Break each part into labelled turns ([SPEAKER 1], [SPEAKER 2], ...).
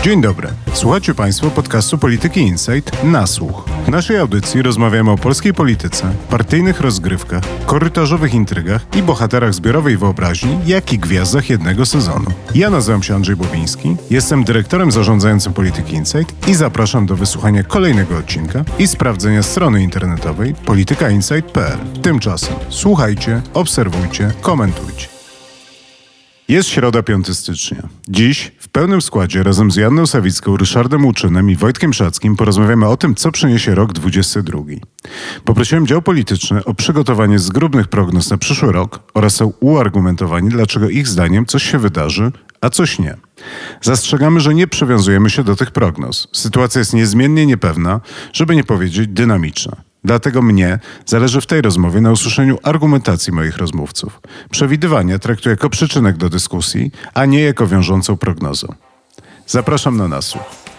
[SPEAKER 1] Dzień dobry. Słuchacie Państwo podcastu Polityki Insight na słuch. W naszej audycji rozmawiamy o polskiej polityce, partyjnych rozgrywkach, korytarzowych intrygach i bohaterach zbiorowej wyobraźni, jak i gwiazdach jednego sezonu. Ja nazywam się Andrzej Bobiński, jestem dyrektorem zarządzającym Polityki Insight i zapraszam do wysłuchania kolejnego odcinka i sprawdzenia strony internetowej politykainsight.pl. Tymczasem słuchajcie, obserwujcie, komentujcie. Jest środa, 5 stycznia. Dziś w pełnym składzie razem z Joanną Sawicką, Ryszardem Łuczynem i Wojtkiem Szackim porozmawiamy o tym, co przyniesie rok 2022. Poprosiłem dział polityczny o przygotowanie zgrubnych prognoz na przyszły rok oraz o uargumentowanie, dlaczego ich zdaniem coś się wydarzy, a coś nie. Zastrzegamy, że nie przywiązujemy się do tych prognoz. Sytuacja jest niezmiennie niepewna, żeby nie powiedzieć dynamiczna. Dlatego mnie zależy w tej rozmowie na usłyszeniu argumentacji moich rozmówców. Przewidywania traktuję jako przyczynek do dyskusji, a nie jako wiążącą prognozę. Zapraszam na nasłuch.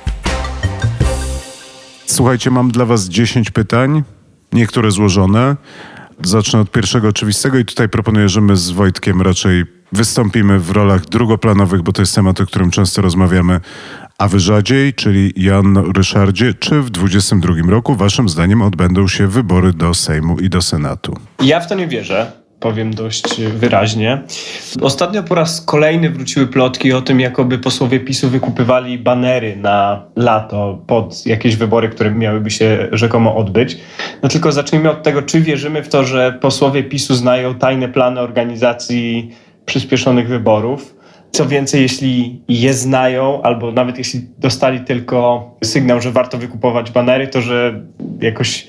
[SPEAKER 1] Słuchajcie, mam dla was 10 pytań, niektóre złożone. Zacznę od pierwszego oczywistego i tutaj proponuję, że my z Wojtkiem raczej wystąpimy w rolach drugoplanowych, bo to jest temat, o którym często rozmawiamy, a wy rzadziej, czyli Joanno, Ryszardzie, czy w 2022 roku waszym zdaniem odbędą się wybory do Sejmu i do Senatu?
[SPEAKER 2] Ja w to nie wierzę, powiem dość wyraźnie. Ostatnio po raz kolejny wróciły plotki o tym, jakoby posłowie PiS-u wykupywali banery na lato pod jakieś wybory, które miałyby się rzekomo odbyć. No tylko zacznijmy od tego, czy wierzymy w to, że posłowie PiS-u znają tajne plany organizacji przyspieszonych wyborów. Co więcej, jeśli je znają, albo nawet jeśli dostali tylko sygnał, że warto wykupować banery, to że jakoś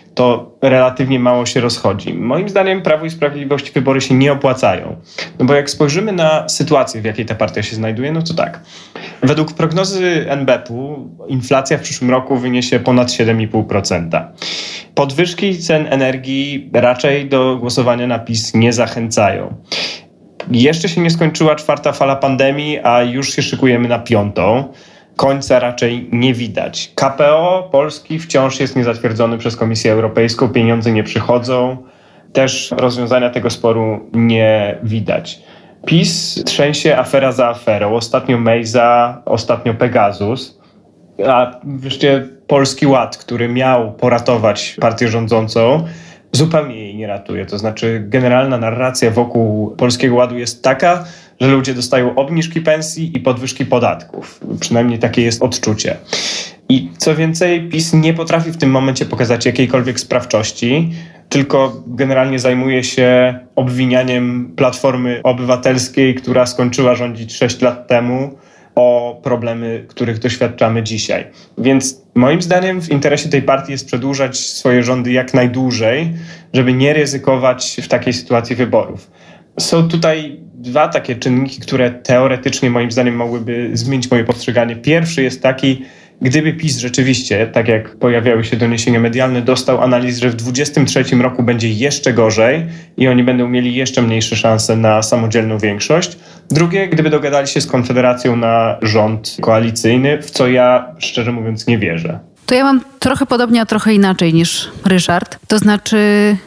[SPEAKER 2] to relatywnie mało się rozchodzi. Moim zdaniem Prawo i Sprawiedliwość wybory się nie opłacają. No bo jak spojrzymy na sytuację, w jakiej ta partia się znajduje, no to tak. Według prognozy NBP-u inflacja w przyszłym roku wyniesie ponad 7,5%. Podwyżki cen energii raczej do głosowania na PiS nie zachęcają. Jeszcze się nie skończyła 4. fala pandemii, a już się szykujemy na 5. Końca raczej nie widać. KPO Polski wciąż jest niezatwierdzony przez Komisję Europejską, pieniądze nie przychodzą. Też rozwiązania tego sporu nie widać. PiS trzęsie afera za aferą. Ostatnio Mejza, ostatnio Pegasus. A wreszcie Polski Ład, który miał poratować partię rządzącą, zupełnie jej nie ratuje. To znaczy generalna narracja wokół Polskiego Ładu jest taka, że ludzie dostają obniżki pensji i podwyżki podatków. Przynajmniej takie jest odczucie. I co więcej, PiS nie potrafi w tym momencie pokazać jakiejkolwiek sprawczości, tylko generalnie zajmuje się obwinianiem Platformy Obywatelskiej, która skończyła rządzić 6 lat temu, o problemy, których doświadczamy dzisiaj. Więc moim zdaniem w interesie tej partii jest przedłużać swoje rządy jak najdłużej, żeby nie ryzykować w takiej sytuacji wyborów. Są tutaj dwa takie czynniki, które teoretycznie moim zdaniem mogłyby zmienić moje postrzeganie. Pierwszy jest taki, gdyby PiS rzeczywiście, tak jak pojawiały się doniesienia medialne, dostał analiz, że w 2023 roku będzie jeszcze gorzej i oni będą mieli jeszcze mniejsze szanse na samodzielną większość. Drugie, gdyby dogadali się z Konfederacją na rząd koalicyjny, w co ja szczerze mówiąc nie wierzę.
[SPEAKER 3] To ja mam trochę podobnie, a trochę inaczej niż Ryszard. To znaczy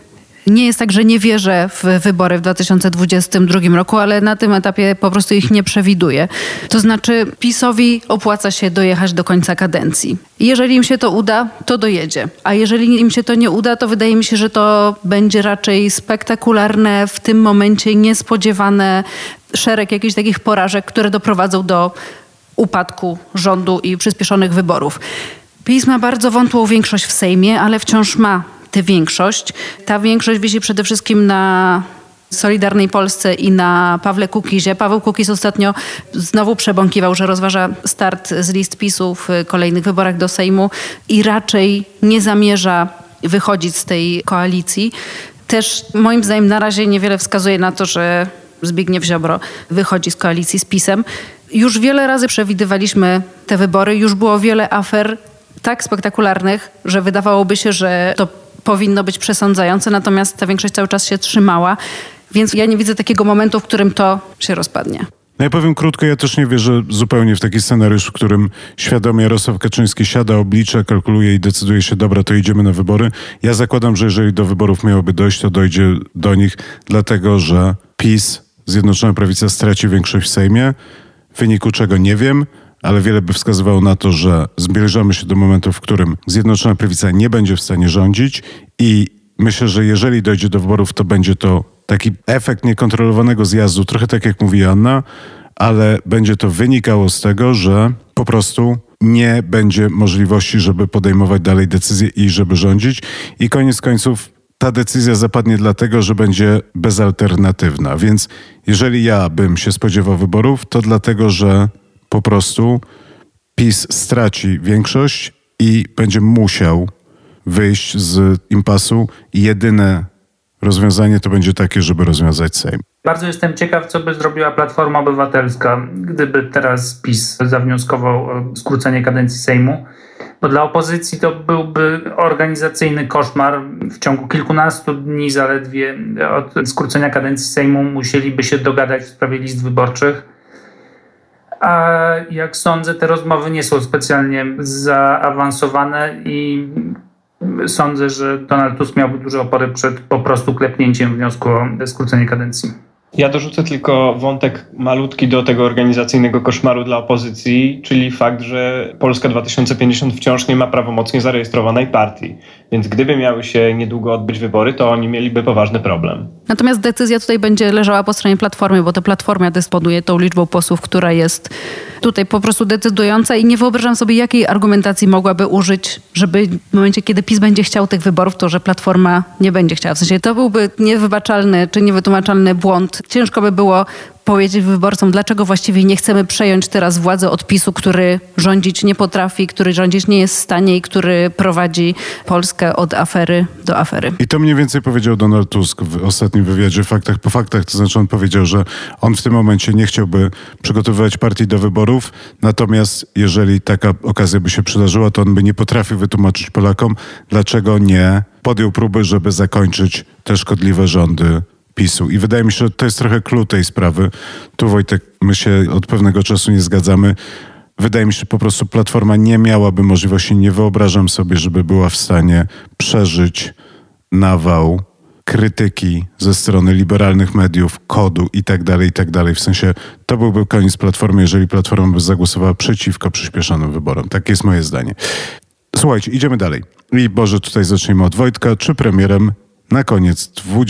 [SPEAKER 3] nie jest tak, że nie wierzę w wybory w 2022 roku, ale na tym etapie po prostu ich nie przewiduję. To znaczy PiS-owi opłaca się dojechać do końca kadencji. Jeżeli im się to uda, to dojedzie. A jeżeli im się to nie uda, to wydaje mi się, że to będzie raczej spektakularne, w tym momencie niespodziewane, szereg jakichś takich porażek, które doprowadzą do upadku rządu i przyspieszonych wyborów. PiS ma bardzo wątłą większość w Sejmie, ale wciąż ma tę większość. Ta większość wisi przede wszystkim na Solidarnej Polsce i na Pawle Kukizie. Paweł Kukiz ostatnio znowu przebąkiwał, że rozważa start z list PiS-u w kolejnych wyborach do Sejmu i raczej nie zamierza wychodzić z tej koalicji. Też moim zdaniem na razie niewiele wskazuje na to, że Zbigniew Ziobro wychodzi z koalicji z PiS-em. Już wiele razy przewidywaliśmy te wybory, już było wiele afer tak spektakularnych, że wydawałoby się, że to powinno być przesądzające, natomiast ta większość cały czas się trzymała, więc ja nie widzę takiego momentu, w którym to się rozpadnie.
[SPEAKER 1] No ja powiem krótko, ja też nie wierzę zupełnie w taki scenariusz, w którym świadomie Jarosław Kaczyński siada, oblicza, kalkuluje i decyduje się, dobra, to idziemy na wybory. Ja zakładam, że jeżeli do wyborów miałoby dojść, to dojdzie do nich, dlatego że PiS, Zjednoczona Prawica, straci większość w Sejmie, w wyniku czego nie wiem, ale wiele by wskazywało na to, że zbliżamy się do momentu, w którym Zjednoczona Prawica nie będzie w stanie rządzić i myślę, że jeżeli dojdzie do wyborów, to będzie to taki efekt niekontrolowanego zjazdu, trochę tak jak mówi Anna, ale będzie to wynikało z tego, że po prostu nie będzie możliwości, żeby podejmować dalej decyzje i żeby rządzić. I koniec końców ta decyzja zapadnie dlatego, że będzie bezalternatywna. Więc jeżeli ja bym się spodziewał wyborów, to dlatego, że po prostu PiS straci większość i będzie musiał wyjść z impasu i jedyne rozwiązanie to będzie takie, żeby rozwiązać Sejm.
[SPEAKER 4] Bardzo jestem ciekaw, co by zrobiła Platforma Obywatelska, gdyby teraz PiS zawnioskował o skrócenie kadencji Sejmu. Bo dla opozycji to byłby organizacyjny koszmar. W ciągu kilkunastu dni zaledwie od skrócenia kadencji Sejmu musieliby się dogadać w sprawie list wyborczych. A jak sądzę, te rozmowy nie są specjalnie zaawansowane i sądzę, że Donald Tusk miałby duże opory przed po prostu klepnięciem wniosku o skrócenie kadencji.
[SPEAKER 2] Ja dorzucę tylko wątek malutki do tego organizacyjnego koszmaru dla opozycji, czyli fakt, że Polska 2050 wciąż nie ma prawomocnie zarejestrowanej partii. Więc gdyby miały się niedługo odbyć wybory, to oni mieliby poważny problem.
[SPEAKER 3] Natomiast decyzja tutaj będzie leżała po stronie Platformy, bo to Platforma dysponuje tą liczbą posłów, która jest tutaj po prostu decydująca i nie wyobrażam sobie, jakiej argumentacji mogłaby użyć, żeby w momencie, kiedy PiS będzie chciał tych wyborów, to że Platforma nie będzie chciała. W sensie to byłby niewybaczalny czy niewytłumaczalny błąd. Ciężko by było powiedzieć wyborcom, dlaczego właściwie nie chcemy przejąć teraz władzy od PiS-u, który rządzić nie potrafi, który rządzić nie jest w stanie i który prowadzi Polskę od afery do afery.
[SPEAKER 1] I to mniej więcej powiedział Donald Tusk w ostatnim wywiadzie Faktach po faktach. To znaczy on powiedział, że on w tym momencie nie chciałby przygotowywać partii do wyborów, natomiast jeżeli taka okazja by się przydarzyła, to on by nie potrafił wytłumaczyć Polakom, dlaczego nie podjął próby, żeby zakończyć te szkodliwe rządy PiS-u. I wydaje mi się, że to jest trochę clue tej sprawy. Tu, Wojtek, my się od pewnego czasu nie zgadzamy. Wydaje mi się, że po prostu Platforma nie miałaby możliwości, nie wyobrażam sobie, żeby była w stanie przeżyć nawał krytyki ze strony liberalnych mediów, kodu i tak dalej. W sensie to byłby koniec Platformy, jeżeli Platforma by zagłosowała przeciwko przyspieszonym wyborom. Takie jest moje zdanie. Słuchajcie, idziemy dalej. I może tutaj zacznijmy od Wojtka. Czy premierem na koniec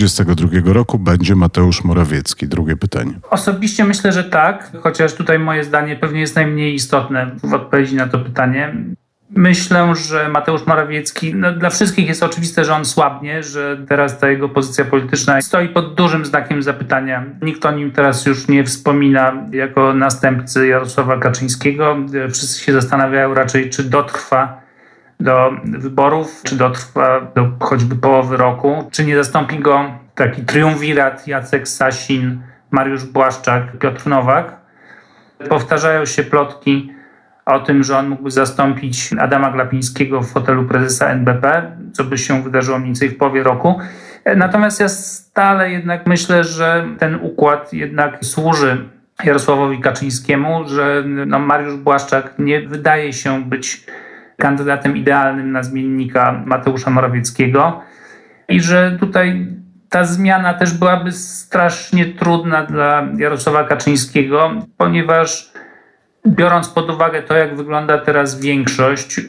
[SPEAKER 1] 2022 roku będzie Mateusz Morawiecki? Drugie pytanie.
[SPEAKER 4] Osobiście myślę, że tak, chociaż tutaj moje zdanie pewnie jest najmniej istotne w odpowiedzi na to pytanie. Myślę, że Mateusz Morawiecki, dla wszystkich jest oczywiste, że on słabnie, że teraz ta jego pozycja polityczna stoi pod dużym znakiem zapytania. Nikt o nim teraz już nie wspomina jako następcy Jarosława Kaczyńskiego. Wszyscy się zastanawiają raczej, czy dotrwa do wyborów, czy dotrwa do choćby połowy roku, czy nie zastąpi go taki triumvirat Jacek Sasin, Mariusz Błaszczak, Piotr Nowak. Powtarzają się plotki o tym, że on mógłby zastąpić Adama Glapińskiego w fotelu prezesa NBP, co by się wydarzyło mniej więcej w połowie roku. Natomiast ja stale jednak myślę, że ten układ jednak służy Jarosławowi Kaczyńskiemu, że Mariusz Błaszczak nie wydaje się być kandydatem idealnym na zmiennika Mateusza Morawieckiego i że tutaj ta zmiana też byłaby strasznie trudna dla Jarosława Kaczyńskiego, ponieważ biorąc pod uwagę to, jak wygląda teraz większość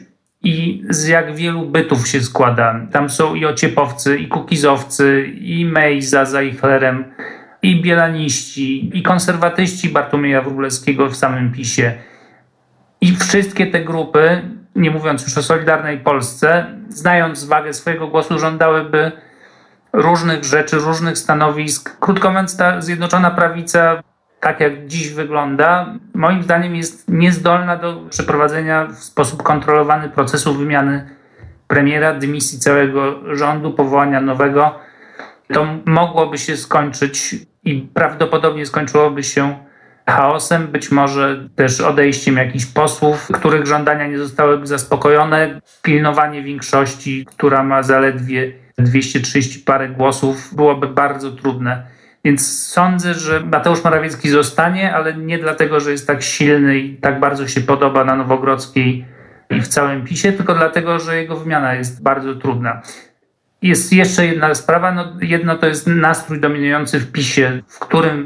[SPEAKER 4] i z jak wielu bytów się składa, tam są i ociepowcy, i kukizowcy, i Mejza za Eichlerem, i bielaniści, i konserwatyści Bartłomieja Wróblewskiego w samym PiS-ie. I wszystkie te grupy, nie mówiąc już o Solidarnej Polsce, znając wagę swojego głosu, żądałyby różnych rzeczy, różnych stanowisk. Krótko mówiąc, ta Zjednoczona Prawica, tak jak dziś wygląda, moim zdaniem jest niezdolna do przeprowadzenia w sposób kontrolowany procesu wymiany premiera, dymisji całego rządu, powołania nowego. To mogłoby się skończyć i prawdopodobnie skończyłoby się chaosem, być może też odejściem jakichś posłów, których żądania nie zostałyby zaspokojone. Pilnowanie większości, która ma zaledwie 230 parę głosów, byłoby bardzo trudne. Więc sądzę, że Mateusz Morawiecki zostanie, ale nie dlatego, że jest tak silny i tak bardzo się podoba na Nowogrodzkiej i w całym PiS-ie, tylko dlatego, że jego wymiana jest bardzo trudna. Jest jeszcze jedna sprawa. Jedno to jest nastrój dominujący w PiS-ie, w którym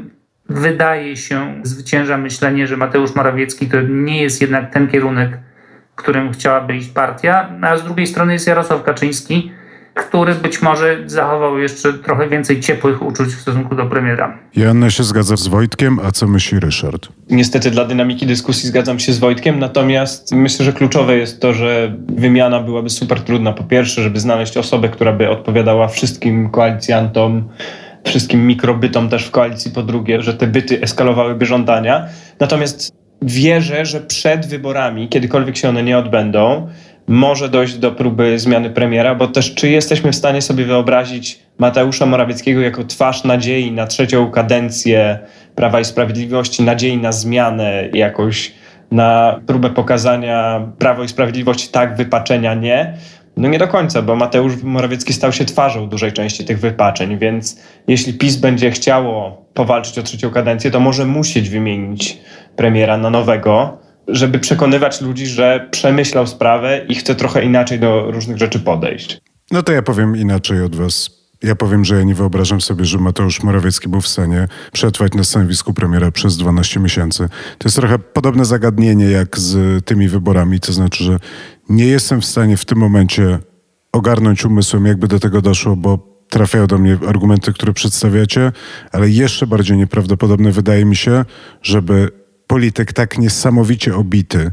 [SPEAKER 4] wydaje się, zwycięża myślenie, że Mateusz Morawiecki to nie jest jednak ten kierunek, którym chciałaby iść partia, a z drugiej strony jest Jarosław Kaczyński, który być może zachował jeszcze trochę więcej ciepłych uczuć w stosunku do premiera.
[SPEAKER 1] Joanna się zgadza z Wojtkiem, a co myśli Ryszard?
[SPEAKER 2] Niestety dla dynamiki dyskusji zgadzam się z Wojtkiem, natomiast myślę, że kluczowe jest to, że wymiana byłaby super trudna. Po pierwsze, żeby znaleźć osobę, która by odpowiadała wszystkim koalicjantom, wszystkim mikrobytom też w koalicji, po drugie, że te byty eskalowałyby żądania. Natomiast wierzę, że przed wyborami, kiedykolwiek się one nie odbędą, może dojść do próby zmiany premiera, bo też czy jesteśmy w stanie sobie wyobrazić Mateusza Morawieckiego jako twarz nadziei na trzecią kadencję Prawa i Sprawiedliwości, nadziei na zmianę jakoś, na próbę pokazania Prawo i Sprawiedliwości tak, wypaczenia nie? No nie do końca, bo Mateusz Morawiecki stał się twarzą dużej części tych wypaczeń, więc jeśli PiS będzie chciało powalczyć o trzecią kadencję, to może musieć wymienić premiera na nowego, żeby przekonywać ludzi, że przemyślał sprawę i chce trochę inaczej do różnych rzeczy podejść.
[SPEAKER 1] No to ja powiem inaczej od was. Ja powiem, że ja nie wyobrażam sobie, że Mateusz Morawiecki był w stanie przetrwać na stanowisku premiera przez 12 miesięcy. To jest trochę podobne zagadnienie jak z tymi wyborami, to znaczy, że nie jestem w stanie w tym momencie ogarnąć umysłem, jakby do tego doszło, bo trafiają do mnie argumenty, które przedstawiacie, ale jeszcze bardziej nieprawdopodobne wydaje mi się, żeby polityk tak niesamowicie obity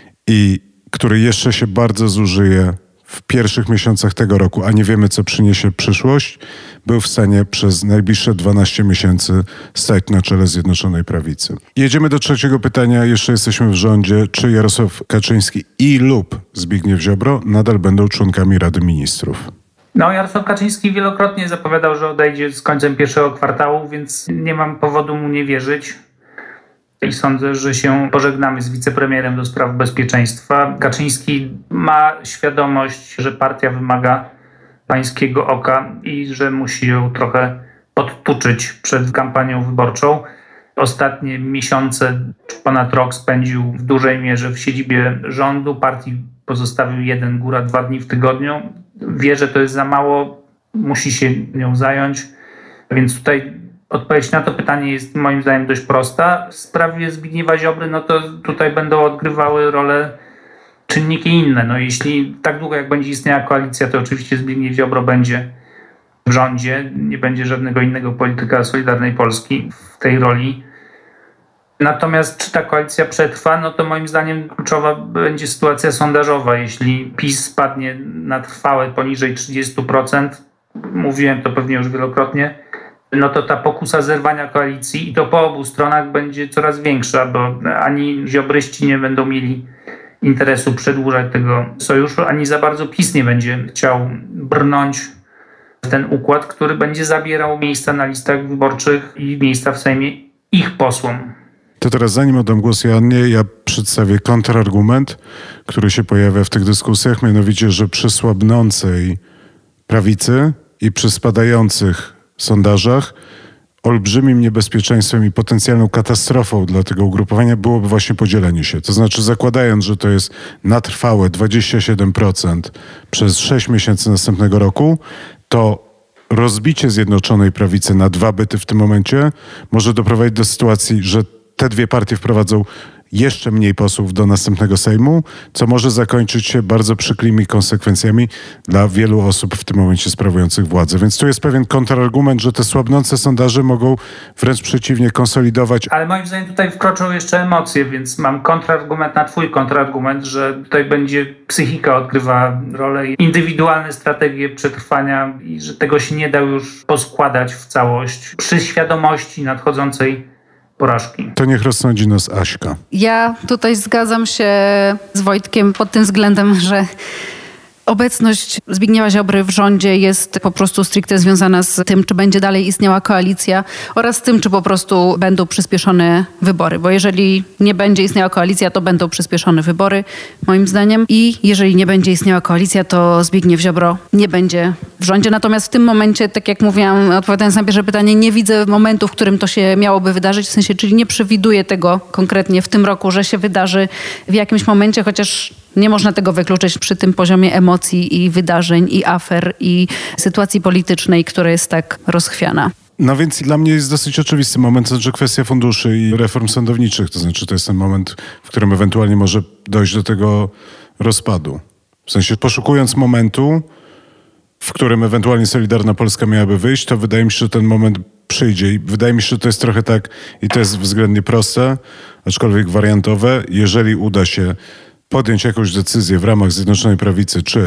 [SPEAKER 1] i który jeszcze się bardzo zużyje w pierwszych miesiącach tego roku, a nie wiemy, co przyniesie przyszłość, był w stanie przez najbliższe 12 miesięcy stać na czele Zjednoczonej Prawicy. Jedziemy do trzeciego pytania. Jeszcze jesteśmy w rządzie. Czy Jarosław Kaczyński lub Zbigniew Ziobro nadal będą członkami Rady Ministrów?
[SPEAKER 4] No, Jarosław Kaczyński wielokrotnie zapowiadał, że odejdzie z końcem pierwszego kwartału, więc nie mam powodu mu nie wierzyć. I sądzę, że się pożegnamy z wicepremierem do spraw bezpieczeństwa. Kaczyński ma świadomość, że partia wymaga pańskiego oka i że musi ją trochę podtuczyć przed kampanią wyborczą. Ostatnie miesiące, ponad rok spędził w dużej mierze w siedzibie rządu. Partii pozostawił 1, góra 2 dni w tygodniu. Wie, że to jest za mało, musi się nią zająć, więc tutaj odpowiedź na to pytanie jest moim zdaniem dość prosta. W sprawie Zbigniewa Ziobry, no to tutaj będą odgrywały rolę czynniki inne. No jeśli tak długo jak będzie istniała koalicja, to oczywiście Zbigniew Ziobro będzie w rządzie. Nie będzie żadnego innego polityka Solidarnej Polski w tej roli. Natomiast czy ta koalicja przetrwa, no to moim zdaniem kluczowa będzie sytuacja sondażowa. Jeśli PiS spadnie na trwałe poniżej 30%, mówiłem to pewnie już wielokrotnie, no to ta pokusa zerwania koalicji i to po obu stronach będzie coraz większa, bo ani ziobryści nie będą mieli interesu przedłużać tego sojuszu, ani za bardzo PiS nie będzie chciał brnąć w ten układ, który będzie zabierał miejsca na listach wyborczych i miejsca w Sejmie ich posłom.
[SPEAKER 1] To teraz zanim oddam głos Joannie, ja przedstawię kontrargument, który się pojawia w tych dyskusjach, mianowicie, że przy słabnącej prawicy i przy spadających sondażach olbrzymim niebezpieczeństwem i potencjalną katastrofą dla tego ugrupowania byłoby właśnie podzielenie się. To znaczy zakładając, że to jest na trwałe 27% przez 6 miesięcy następnego roku, to rozbicie Zjednoczonej Prawicy na 2 byty w tym momencie może doprowadzić do sytuacji, że te dwie partie wprowadzą jeszcze mniej posłów do następnego Sejmu, co może zakończyć się bardzo przykrymi konsekwencjami dla wielu osób w tym momencie sprawujących władzę. Więc tu jest pewien kontrargument, że te słabnące sondaże mogą wręcz przeciwnie konsolidować.
[SPEAKER 4] Ale moim zdaniem tutaj wkroczą jeszcze emocje, więc mam kontrargument na twój kontrargument, że tutaj będzie psychika odgrywa rolę, indywidualne strategie przetrwania i że tego się nie da już poskładać w całość przy świadomości nadchodzącej porażki.
[SPEAKER 1] To niech rozsądzi nas Aśka.
[SPEAKER 3] Ja tutaj zgadzam się z Wojtkiem pod tym względem, że obecność Zbigniewa Ziobry w rządzie jest po prostu stricte związana z tym, czy będzie dalej istniała koalicja oraz z tym, czy po prostu będą przyspieszone wybory. Bo jeżeli nie będzie istniała koalicja, to będą przyspieszone wybory, moim zdaniem. I jeżeli nie będzie istniała koalicja, to Zbigniew Ziobro nie będzie w rządzie. Natomiast w tym momencie, tak jak mówiłam, odpowiadając na pierwsze pytanie, nie widzę momentu, w którym to się miałoby wydarzyć. W sensie, czyli nie przewiduję tego konkretnie w tym roku, że się wydarzy w jakimś momencie, chociaż nie można tego wykluczyć przy tym poziomie emocji i wydarzeń, i afer, i sytuacji politycznej, która jest tak rozchwiana.
[SPEAKER 1] No więc dla mnie jest dosyć oczywisty moment, to znaczy kwestia funduszy i reform sądowniczych. To znaczy to jest ten moment, w którym ewentualnie może dojść do tego rozpadu. W sensie poszukując momentu, w którym ewentualnie Solidarna Polska miałaby wyjść, to wydaje mi się, że ten moment przyjdzie. I wydaje mi się, że to jest trochę tak, i to jest względnie proste, aczkolwiek wariantowe, jeżeli uda się podjąć jakąś decyzję w ramach Zjednoczonej Prawicy, czy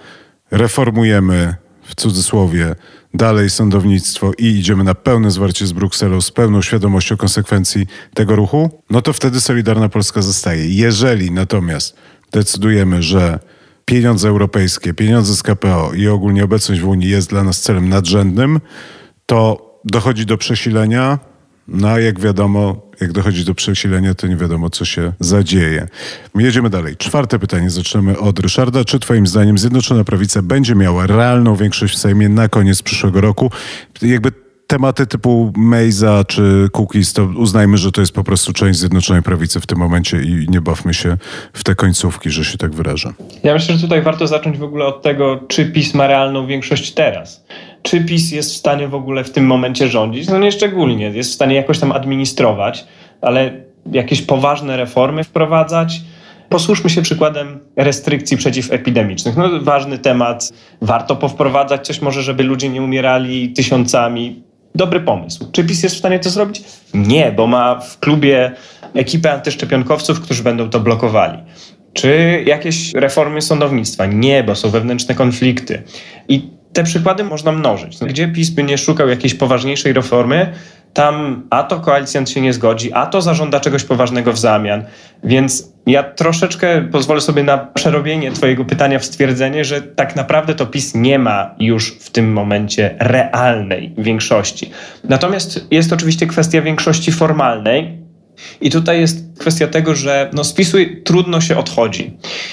[SPEAKER 1] reformujemy, w cudzysłowie, dalej sądownictwo i idziemy na pełne zwarcie z Brukselą, z pełną świadomością konsekwencji tego ruchu, no to wtedy Solidarna Polska zostaje. Jeżeli natomiast decydujemy, że pieniądze europejskie, pieniądze z KPO i ogólnie obecność w Unii jest dla nas celem nadrzędnym, to dochodzi do przesilenia. No a jak wiadomo, jak dochodzi do przesilenia, to nie wiadomo, co się zadzieje. Jedziemy dalej. 4. pytanie zaczynamy od Ryszarda. Czy twoim zdaniem Zjednoczona Prawica będzie miała realną większość w Sejmie na koniec przyszłego roku? Jakby tematy typu Mejza czy Kukiz, to uznajmy, że to jest po prostu część Zjednoczonej Prawicy w tym momencie i nie bawmy się w te końcówki, że się tak wyrażę.
[SPEAKER 2] Ja myślę, że tutaj warto zacząć w ogóle od tego, czy PiS ma realną większość teraz. Czy PiS jest w stanie w ogóle w tym momencie rządzić? No nie szczególnie. Jest w stanie jakoś tam administrować, ale jakieś poważne reformy wprowadzać? Posłużmy się przykładem restrykcji przeciwepidemicznych. No ważny temat. Warto powprowadzać coś może, żeby ludzie nie umierali tysiącami. Dobry pomysł. Czy PiS jest w stanie to zrobić? Nie, bo ma w klubie ekipę antyszczepionkowców, którzy będą to blokowali. Czy jakieś reformy sądownictwa? Nie, bo są wewnętrzne konflikty. I te przykłady można mnożyć. Gdzie PiS by nie szukał jakiejś poważniejszej reformy, tam a to koalicjant się nie zgodzi, a to zażąda czegoś poważnego w zamian. Więc ja troszeczkę pozwolę sobie na przerobienie twojego pytania w stwierdzenie, że tak naprawdę to PiS nie ma już w tym momencie realnej większości. Natomiast jest oczywiście kwestia większości formalnej i tutaj jest kwestia tego, że z PiS-u trudno się odchodzi.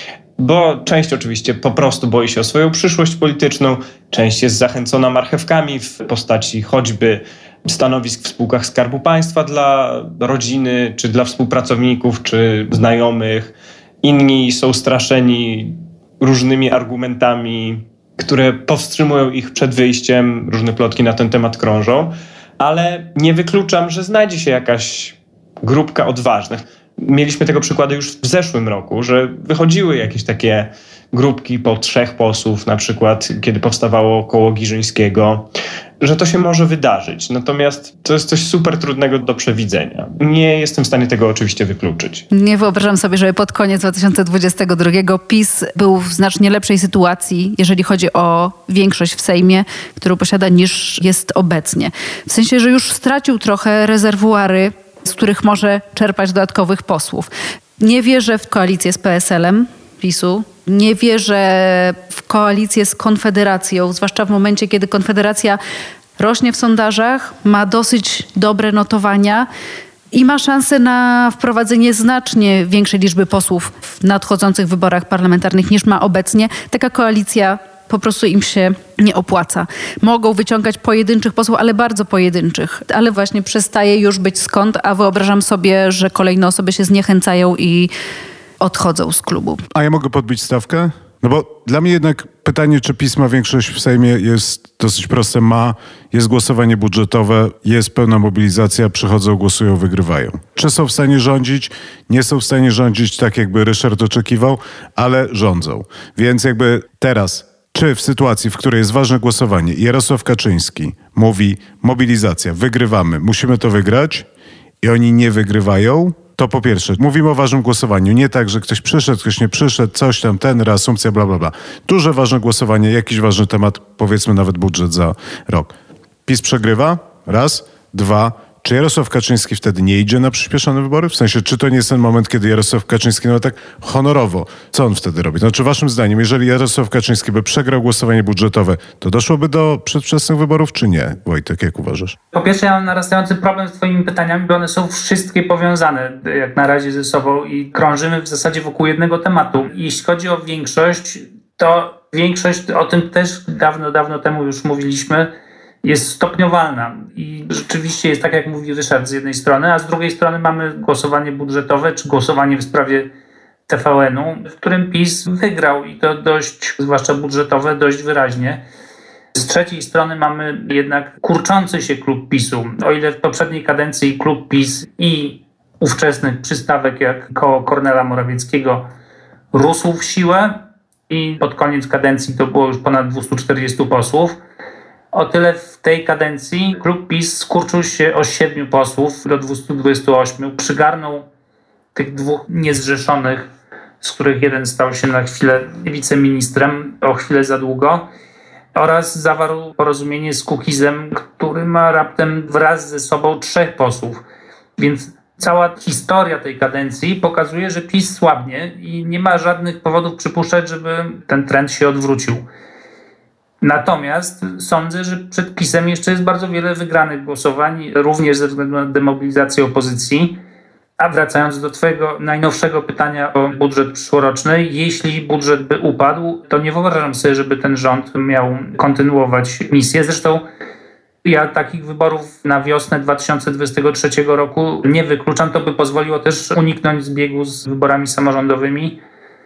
[SPEAKER 2] Bo część oczywiście po prostu boi się o swoją przyszłość polityczną, część jest zachęcona marchewkami w postaci choćby stanowisk w spółkach Skarbu Państwa dla rodziny, czy dla współpracowników, czy znajomych. Inni są straszeni różnymi argumentami, które powstrzymują ich przed wyjściem. Różne plotki na ten temat krążą, ale nie wykluczam, że znajdzie się jakaś grupka odważnych. Mieliśmy tego przykłady już w zeszłym roku, że wychodziły jakieś takie grupki po 3 posłów, na przykład kiedy powstawało koło Giżyńskiego, że to się może wydarzyć. Natomiast to jest coś super trudnego do przewidzenia. Nie jestem w stanie tego oczywiście wykluczyć.
[SPEAKER 3] Nie wyobrażam sobie, żeby pod koniec 2022 PiS był w znacznie lepszej sytuacji, jeżeli chodzi o większość w Sejmie, którą posiada, niż jest obecnie. W sensie, że już stracił trochę rezerwuary, z których może czerpać dodatkowych posłów. Nie wierzę w koalicję z PSL-em PiS-u. Nie wierzę w koalicję z Konfederacją, zwłaszcza w momencie, kiedy Konfederacja rośnie w sondażach, ma dosyć dobre notowania i ma szansę na wprowadzenie znacznie większej liczby posłów w nadchodzących wyborach parlamentarnych niż ma obecnie. Taka koalicja po prostu im się nie opłaca. Mogą wyciągać pojedynczych posłów, ale bardzo pojedynczych. Ale właśnie przestaje już być skąd, a wyobrażam sobie, że kolejne osoby się zniechęcają i odchodzą z klubu.
[SPEAKER 1] A ja mogę podbić stawkę? No bo dla mnie jednak pytanie, czy PiS ma większość w Sejmie, jest dosyć proste. Jest głosowanie budżetowe, jest pełna mobilizacja, przychodzą, głosują, wygrywają. Czy są w stanie rządzić? Nie są w stanie rządzić tak, jakby Ryszard oczekiwał, ale rządzą. Więc jakby teraz, czy w sytuacji, w której jest ważne głosowanie, Jarosław Kaczyński mówi mobilizacja, wygrywamy, musimy to wygrać i oni nie wygrywają, to po pierwsze, mówimy o ważnym głosowaniu. Nie tak, że ktoś przyszedł, ktoś nie przyszedł, coś tam, reasumpcja, bla, bla, bla. Duże, ważne głosowanie, jakiś ważny temat, powiedzmy nawet budżet za rok. PiS przegrywa, 1, 2. Czy Jarosław Kaczyński wtedy nie idzie na przyspieszone wybory? W sensie, czy to nie jest ten moment, kiedy Jarosław Kaczyński, tak honorowo, co on wtedy robi? Czy waszym zdaniem, jeżeli Jarosław Kaczyński by przegrał głosowanie budżetowe, to doszłoby do przedwczesnych wyborów, czy nie? Wojtek, jak uważasz?
[SPEAKER 4] Po pierwsze, ja mam narastający problem z twoimi pytaniami, bo one są wszystkie powiązane jak na razie ze sobą i krążymy w zasadzie wokół jednego tematu. Jeśli chodzi o większość, to większość, o tym też dawno temu już mówiliśmy, jest stopniowalna i rzeczywiście jest tak, jak mówi Ryszard z jednej strony, a z drugiej strony mamy głosowanie budżetowe czy głosowanie w sprawie TVN-u, w którym PiS wygrał i to dość, zwłaszcza budżetowe, dość wyraźnie. Z trzeciej strony mamy jednak kurczący się klub PiS-u. O ile w poprzedniej kadencji klub PiS i ówczesnych przystawek jak koło Kornela Morawieckiego rósł w siłę i pod koniec kadencji to było już ponad 240 posłów, o tyle w tej kadencji klub PiS skurczył się o 7 posłów do 228. Przygarnął tych dwóch niezrzeszonych, z których jeden stał się na chwilę wiceministrem, o chwilę za długo, oraz zawarł porozumienie z Kukizem, który ma raptem wraz ze sobą 3 posłów. Więc cała historia tej kadencji pokazuje, że PiS słabnie i nie ma żadnych powodów przypuszczać, żeby ten trend się odwrócił. Natomiast sądzę, że przed PiS-em jeszcze jest bardzo wiele wygranych głosowań, również ze względu na demobilizację opozycji. A wracając do twojego najnowszego pytania o budżet przyszłoroczny, jeśli budżet by upadł, to nie wyobrażam sobie, żeby ten rząd miał kontynuować misję. Zresztą ja takich wyborów na wiosnę 2023 roku nie wykluczam. To by pozwoliło też uniknąć zbiegu z wyborami samorządowymi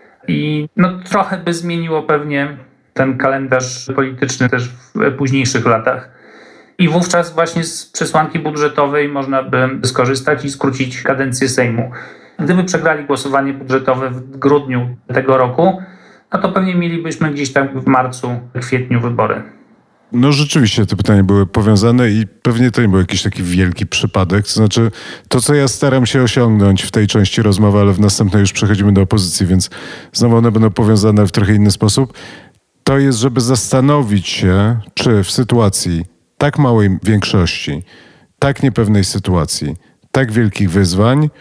[SPEAKER 4] i trochę by zmieniło pewnie ten kalendarz polityczny też w późniejszych latach. I wówczas właśnie z przesłanki budżetowej można by skorzystać i skrócić kadencję Sejmu. Gdyby przegrali głosowanie budżetowe w grudniu tego roku, to pewnie mielibyśmy gdzieś tam w marcu, kwietniu wybory.
[SPEAKER 1] No rzeczywiście te pytania były powiązane i pewnie to nie był jakiś taki wielki przypadek. To znaczy to, co ja staram się osiągnąć w tej części rozmowy, ale w następnej już przechodzimy do opozycji, więc znowu one będą powiązane w trochę inny sposób. To jest, żeby zastanowić się, czy w sytuacji tak małej większości, tak niepewnej sytuacji, tak wielkich wyzwań,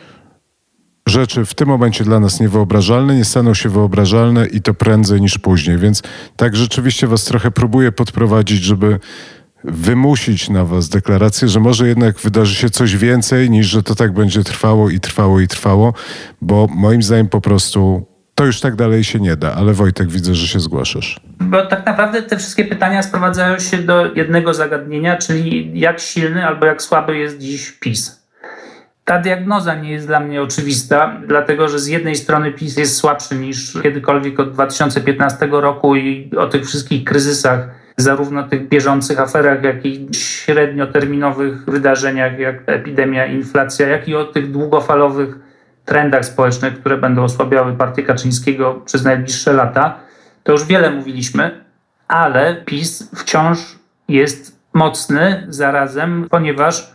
[SPEAKER 1] rzeczy w tym momencie dla nas niewyobrażalne nie staną się wyobrażalne i to prędzej niż później. Więc tak rzeczywiście was trochę próbuję podprowadzić, żeby wymusić na was deklarację, że może jednak wydarzy się coś więcej niż, że to tak będzie trwało i trwało i trwało, bo moim zdaniem po prostu to już tak dalej się nie da. Ale Wojtek, widzę, że się zgłaszasz.
[SPEAKER 4] Bo tak naprawdę te wszystkie pytania sprowadzają się do jednego zagadnienia, czyli jak silny albo jak słaby jest dziś PiS. Ta diagnoza nie jest dla mnie oczywista, dlatego że z jednej strony PiS jest słabszy niż kiedykolwiek od 2015 roku i o tych wszystkich kryzysach, zarówno tych bieżących aferach, jak i średnioterminowych wydarzeniach, jak epidemia, inflacja, jak i o tych długofalowych trendach społecznych, które będą osłabiały partię Kaczyńskiego przez najbliższe lata. To już wiele mówiliśmy, ale PiS wciąż jest mocny zarazem, ponieważ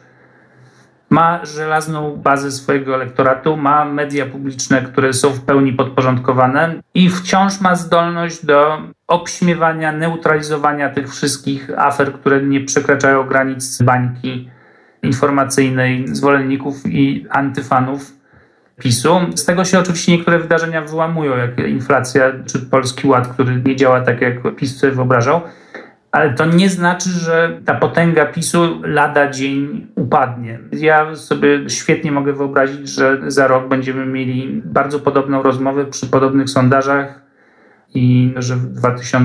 [SPEAKER 4] ma żelazną bazę swojego elektoratu, ma media publiczne, które są w pełni podporządkowane i wciąż ma zdolność do obśmiewania, neutralizowania tych wszystkich afer, które nie przekraczają granic bańki informacyjnej zwolenników i antyfanów PiS-u. Z tego się oczywiście niektóre wydarzenia wyłamują, jak inflacja czy Polski Ład, który nie działa tak, jak PiS sobie wyobrażał. Ale to nie znaczy, że ta potęga PiS-u lada dzień upadnie. Ja sobie świetnie mogę wyobrazić, że za rok będziemy mieli bardzo podobną rozmowę przy podobnych sondażach i że w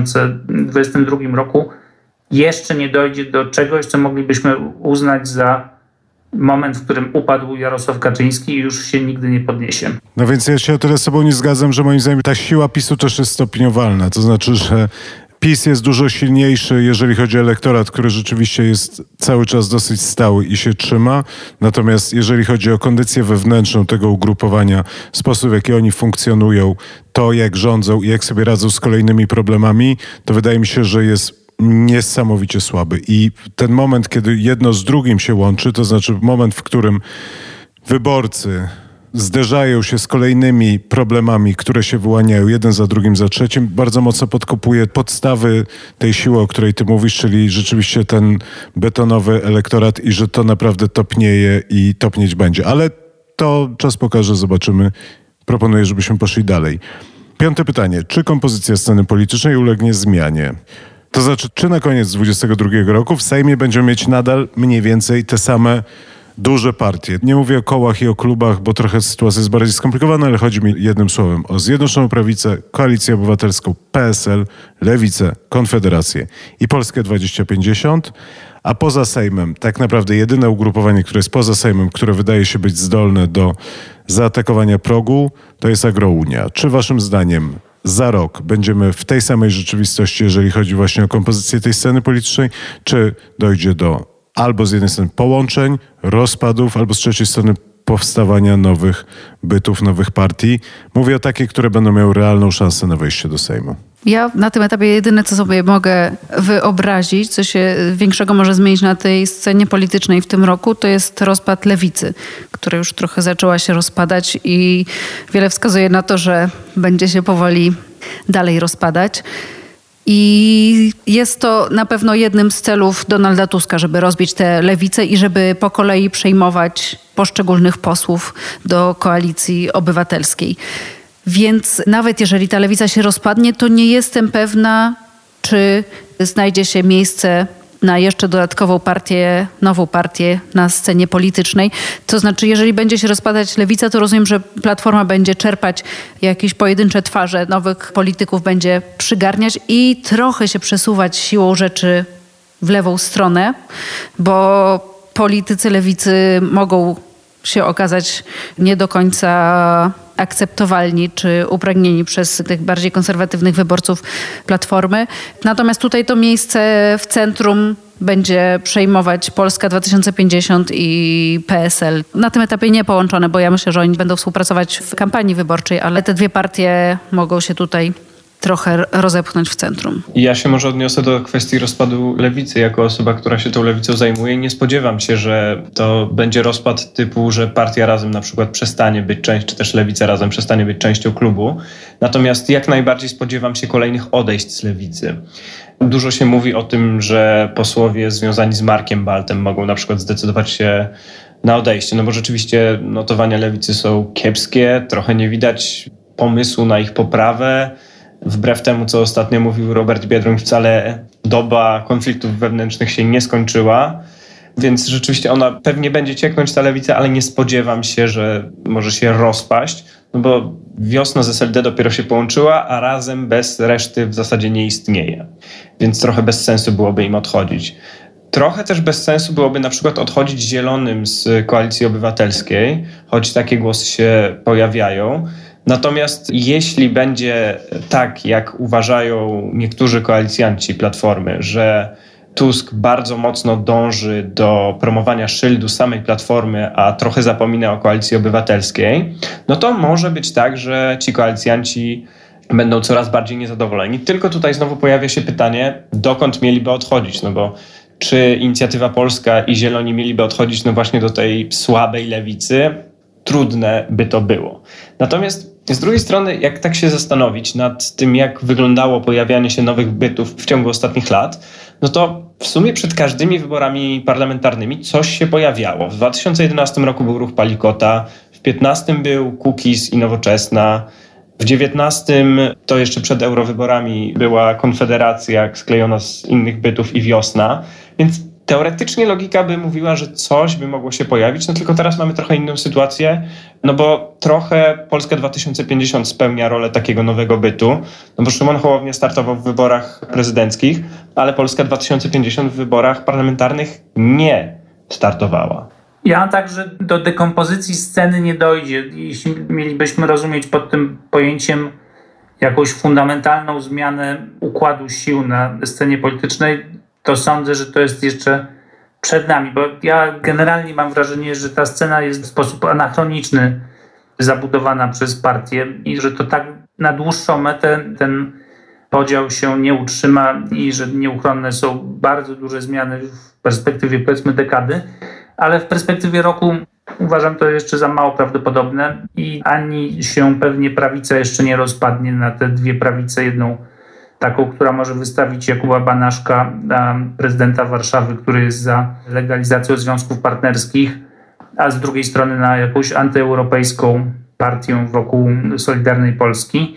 [SPEAKER 4] 2022 roku jeszcze nie dojdzie do czegoś, co moglibyśmy uznać za moment, w którym upadł Jarosław Kaczyński i już się nigdy nie podniesie.
[SPEAKER 1] No więc ja się o tyle z sobą nie zgadzam, że moim zdaniem ta siła PiS-u też jest stopniowalna. To znaczy, że PiS jest dużo silniejszy, jeżeli chodzi o elektorat, który rzeczywiście jest cały czas dosyć stały i się trzyma. Natomiast jeżeli chodzi o kondycję wewnętrzną tego ugrupowania, sposób, w jaki oni funkcjonują, to jak rządzą i jak sobie radzą z kolejnymi problemami, to wydaje mi się, że jest niesamowicie słaby. I ten moment, kiedy jedno z drugim się łączy, to znaczy moment, w którym wyborcy zderzają się z kolejnymi problemami, które się wyłaniają jeden za drugim, za trzecim, bardzo mocno podkopuje podstawy tej siły, o której ty mówisz, czyli rzeczywiście ten betonowy elektorat i że to naprawdę topnieje i topnieć będzie. Ale to czas pokaże, zobaczymy. Proponuję, żebyśmy poszli dalej. 5. pytanie. Czy kompozycja sceny politycznej ulegnie zmianie? To znaczy, czy na koniec 2022 roku w Sejmie będziemy mieć nadal mniej więcej te same duże partie. Nie mówię o kołach i o klubach, bo trochę sytuacja jest bardziej skomplikowana, ale chodzi mi jednym słowem o Zjednoczoną Prawicę, Koalicję Obywatelską, PSL, Lewicę, Konfederację i Polskę 2050, a poza Sejmem tak naprawdę jedyne ugrupowanie, które jest poza Sejmem, które wydaje się być zdolne do zaatakowania progu, to jest Agrounia. Czy waszym zdaniem za rok będziemy w tej samej rzeczywistości, jeżeli chodzi właśnie o kompozycję tej sceny politycznej, czy dojdzie do albo z jednej strony połączeń, rozpadów, albo z trzeciej strony powstawania nowych bytów, nowych partii. Mówię o takich, które będą miały realną szansę na wejście do Sejmu.
[SPEAKER 3] Ja na tym etapie jedyne, co sobie mogę wyobrazić, co się większego może zmienić na tej scenie politycznej w tym roku, to jest rozpad lewicy, która już trochę zaczęła się rozpadać i wiele wskazuje na to, że będzie się powoli dalej rozpadać. I jest to na pewno jednym z celów Donalda Tuska, żeby rozbić tę lewicę i żeby po kolei przejmować poszczególnych posłów do Koalicji Obywatelskiej. Więc nawet jeżeli ta lewica się rozpadnie, to nie jestem pewna, czy znajdzie się miejsce na jeszcze dodatkową partię, nową partię na scenie politycznej. To znaczy, jeżeli będzie się rozpadać lewica, to rozumiem, że Platforma będzie czerpać jakieś pojedyncze twarze, nowych polityków będzie przygarniać i trochę się przesuwać siłą rzeczy w lewą stronę, bo politycy lewicy mogą się okazać nie do końca akceptowalni czy upragnieni przez tych bardziej konserwatywnych wyborców Platformy. Natomiast tutaj to miejsce w centrum będzie przejmować Polska 2050 i PSL. Na tym etapie nie połączone, bo ja myślę, że oni będą współpracować w kampanii wyborczej, ale te dwie partie mogą się tutaj trochę rozepchnąć w centrum.
[SPEAKER 2] Ja się może odniosę do kwestii rozpadu lewicy. Jako osoba, która się tą lewicą zajmuje, nie spodziewam się, że to będzie rozpad typu, że partia Razem na przykład przestanie być czy też lewica Razem przestanie być częścią klubu. Natomiast jak najbardziej spodziewam się kolejnych odejść z lewicy. Dużo się mówi o tym, że posłowie związani z Markiem Baltem mogą na przykład zdecydować się na odejście, no bo rzeczywiście notowania lewicy są kiepskie, trochę nie widać pomysłu na ich poprawę. Wbrew temu, co ostatnio mówił Robert Biedroń, wcale doba konfliktów wewnętrznych się nie skończyła, więc rzeczywiście ona pewnie będzie cieknąć, ta lewica, ale nie spodziewam się, że może się rozpaść, no bo Wiosna z SLD dopiero się połączyła, a Razem bez reszty w zasadzie nie istnieje, więc trochę bez sensu byłoby im odchodzić. Trochę też bez sensu byłoby na przykład odchodzić Zielonym z Koalicji Obywatelskiej, choć takie głosy się pojawiają. Natomiast jeśli będzie tak, jak uważają niektórzy koalicjanci Platformy, że Tusk bardzo mocno dąży do promowania szyldu samej Platformy, a trochę zapomina o Koalicji Obywatelskiej, no to może być tak, że ci koalicjanci będą coraz bardziej niezadowoleni. Tylko tutaj znowu pojawia się pytanie, dokąd mieliby odchodzić, no bo czy Inicjatywa Polska i Zieloni mieliby odchodzić no właśnie do tej słabej lewicy? Trudne by to było. Natomiast z drugiej strony, jak tak się zastanowić nad tym, jak wyglądało pojawianie się nowych bytów w ciągu ostatnich lat, no to w sumie przed każdymi wyborami parlamentarnymi coś się pojawiało. W 2011 roku był ruch Palikota, w 2015 był Kukiz i Nowoczesna, w 2019 to jeszcze przed eurowyborami była Konfederacja sklejona z innych bytów i Wiosna, więc teoretycznie logika by mówiła, że coś by mogło się pojawić, no tylko teraz mamy trochę inną sytuację, no bo trochę Polska 2050 spełnia rolę takiego nowego bytu, no bo Szymon Hołownia startował w wyborach prezydenckich, ale Polska 2050 w wyborach parlamentarnych nie startowała.
[SPEAKER 4] Ja także do dekompozycji sceny nie dojdzie. Jeśli mielibyśmy rozumieć pod tym pojęciem jakąś fundamentalną zmianę układu sił na scenie politycznej, to sądzę, że to jest jeszcze przed nami, bo ja generalnie mam wrażenie, że ta scena jest w sposób anachroniczny zabudowana przez partię i że to tak na dłuższą metę ten podział się nie utrzyma i że nieuchronne są bardzo duże zmiany w perspektywie powiedzmy dekady, ale w perspektywie roku uważam to jeszcze za mało prawdopodobne i ani się pewnie prawica jeszcze nie rozpadnie na te dwie prawice, jedną taką, która może wystawić Jakuba Banaszka, prezydenta Warszawy, który jest za legalizacją związków partnerskich, a z drugiej strony na jakąś antyeuropejską partię wokół Solidarnej Polski.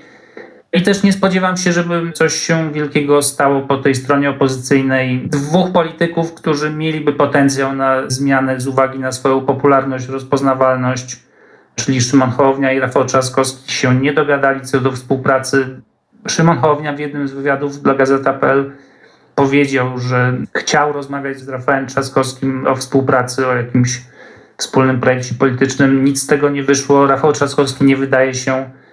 [SPEAKER 4] I też nie spodziewam się, żeby coś się wielkiego stało po tej stronie opozycyjnej. Dwóch polityków, którzy mieliby potencjał na zmianę z uwagi na swoją popularność, rozpoznawalność, czyli Szymon Hołownia i Rafał Trzaskowski, się nie dogadali co do współpracy. Szymon Hołownia w jednym z wywiadów dla Gazeta.pl powiedział, że chciał rozmawiać z Rafałem Trzaskowskim o współpracy, o jakimś wspólnym projekcie politycznym. Nic z tego nie wyszło. Rafał Trzaskowski nie wydaje się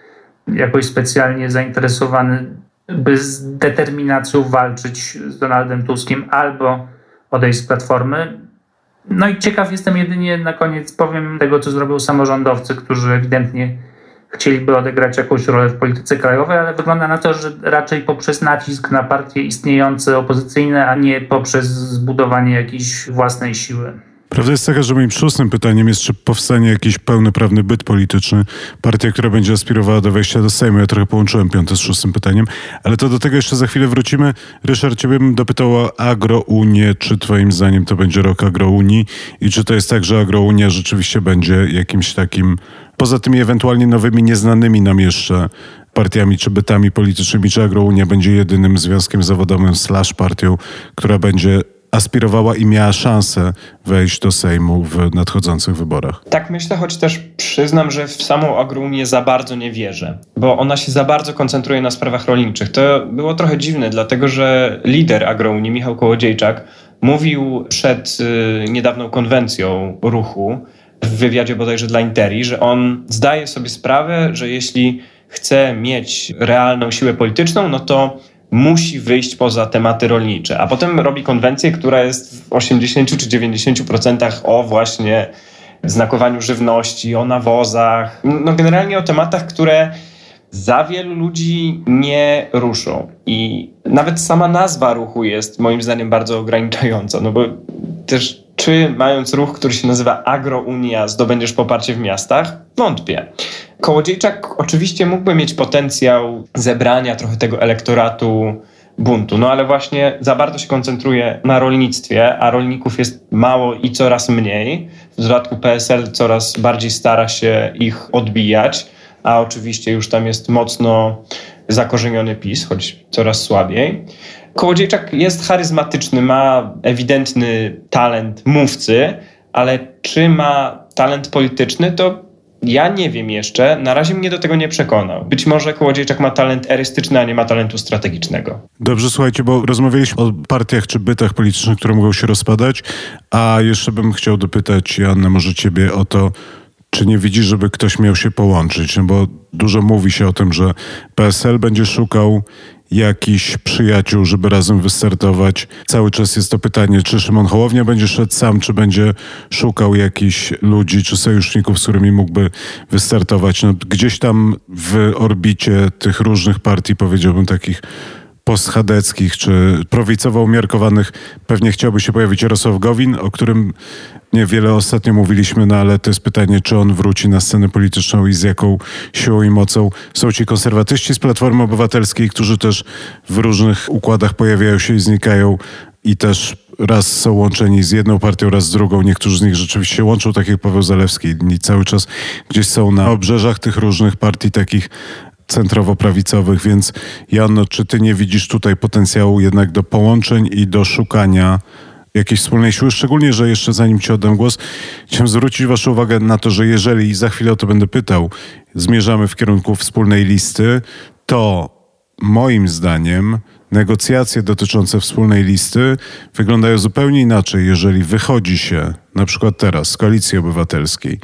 [SPEAKER 4] jakoś specjalnie zainteresowany, by z determinacją walczyć z Donaldem Tuskiem albo odejść z Platformy. No i ciekaw jestem jedynie, na koniec powiem, tego, co zrobią samorządowcy, którzy ewidentnie chcieliby odegrać jakąś rolę w polityce krajowej, ale wygląda na to, że raczej poprzez nacisk na partie istniejące, opozycyjne, a nie poprzez zbudowanie jakiejś własnej siły.
[SPEAKER 1] Prawda jest taka, że moim szóstym pytaniem jest, czy powstanie jakiś pełnoprawny byt polityczny, partia, która będzie aspirowała do wejścia do Sejmu. Ja trochę połączyłem piąte z szóstym pytaniem, ale to do tego jeszcze za chwilę wrócimy. Ryszard, ciebie bym dopytał o Agrounię. Czy twoim zdaniem to będzie rok Agrounii i czy to jest tak, że Agrounia rzeczywiście będzie jakimś takim, poza tymi ewentualnie nowymi, nieznanymi nam jeszcze partiami czy bytami politycznymi, czy Agrounia będzie jedynym związkiem zawodowym / partią, która będzie aspirowała i miała szansę wejść do Sejmu w nadchodzących wyborach?
[SPEAKER 2] Tak myślę, choć też przyznam, że w samą Agrounię za bardzo nie wierzę, bo ona się za bardzo koncentruje na sprawach rolniczych. To było trochę dziwne, dlatego że lider Agrounii, Michał Kołodziejczak, mówił przed niedawną konwencją ruchu w wywiadzie bodajże dla Interi, że on zdaje sobie sprawę, że jeśli chce mieć realną siłę polityczną, no to musi wyjść poza tematy rolnicze. A potem robi konwencję, która jest w 80 czy 90% o właśnie znakowaniu żywności, o nawozach. No generalnie o tematach, które za wielu ludzi nie ruszą. I nawet sama nazwa ruchu jest moim zdaniem bardzo ograniczająca, no bo też czy mając ruch, który się nazywa Agrounia, zdobędziesz poparcie w miastach? Wątpię. Kołodziejczak oczywiście mógłby mieć potencjał zebrania trochę tego elektoratu buntu, no ale właśnie za bardzo się koncentruje na rolnictwie, a rolników jest mało i coraz mniej. W dodatku PSL coraz bardziej stara się ich odbijać, a oczywiście już tam jest mocno zakorzeniony PiS, choć coraz słabiej. Kołodziejczak jest charyzmatyczny, ma ewidentny talent mówcy, ale czy ma talent polityczny, to ja nie wiem jeszcze. Na razie mnie do tego nie przekonał. Być może Kołodziejczak ma talent erystyczny, a nie ma talentu strategicznego.
[SPEAKER 1] Dobrze, słuchajcie, bo rozmawialiśmy o partiach czy bytach politycznych, które mogą się rozpadać, a jeszcze bym chciał dopytać, Joanna, może ciebie o to, czy nie widzisz, żeby ktoś miał się połączyć? No bo dużo mówi się o tym, że PSL będzie szukał jakichś przyjaciół, żeby razem wystartować. Cały czas jest to pytanie, czy Szymon Hołownia będzie szedł sam, czy będzie szukał jakichś ludzi, czy sojuszników, z którymi mógłby wystartować. No, gdzieś tam w orbicie tych różnych partii, powiedziałbym takich postchadeckich czy prawicowo umiarkowanych, pewnie chciałby się pojawić Jarosław Gowin, o którym niewiele ostatnio mówiliśmy, no ale to jest pytanie, czy on wróci na scenę polityczną i z jaką siłą i mocą. Są ci konserwatyści z Platformy Obywatelskiej, którzy też w różnych układach pojawiają się i znikają i też raz są łączeni z jedną partią, raz z drugą. Niektórzy z nich rzeczywiście się łączą, tak jak Paweł Zalewski, i cały czas gdzieś są na obrzeżach tych różnych partii takich centrowo-prawicowych, więc Joanno, czy ty nie widzisz tutaj potencjału jednak do połączeń i do szukania jakiejś wspólnej siły? Szczególnie, że jeszcze zanim ci oddam głos, chciałem zwrócić waszą uwagę na to, że jeżeli, i za chwilę o to będę pytał, zmierzamy w kierunku wspólnej listy, to moim zdaniem negocjacje dotyczące wspólnej listy wyglądają zupełnie inaczej, jeżeli wychodzi się na przykład teraz z Koalicji Obywatelskiej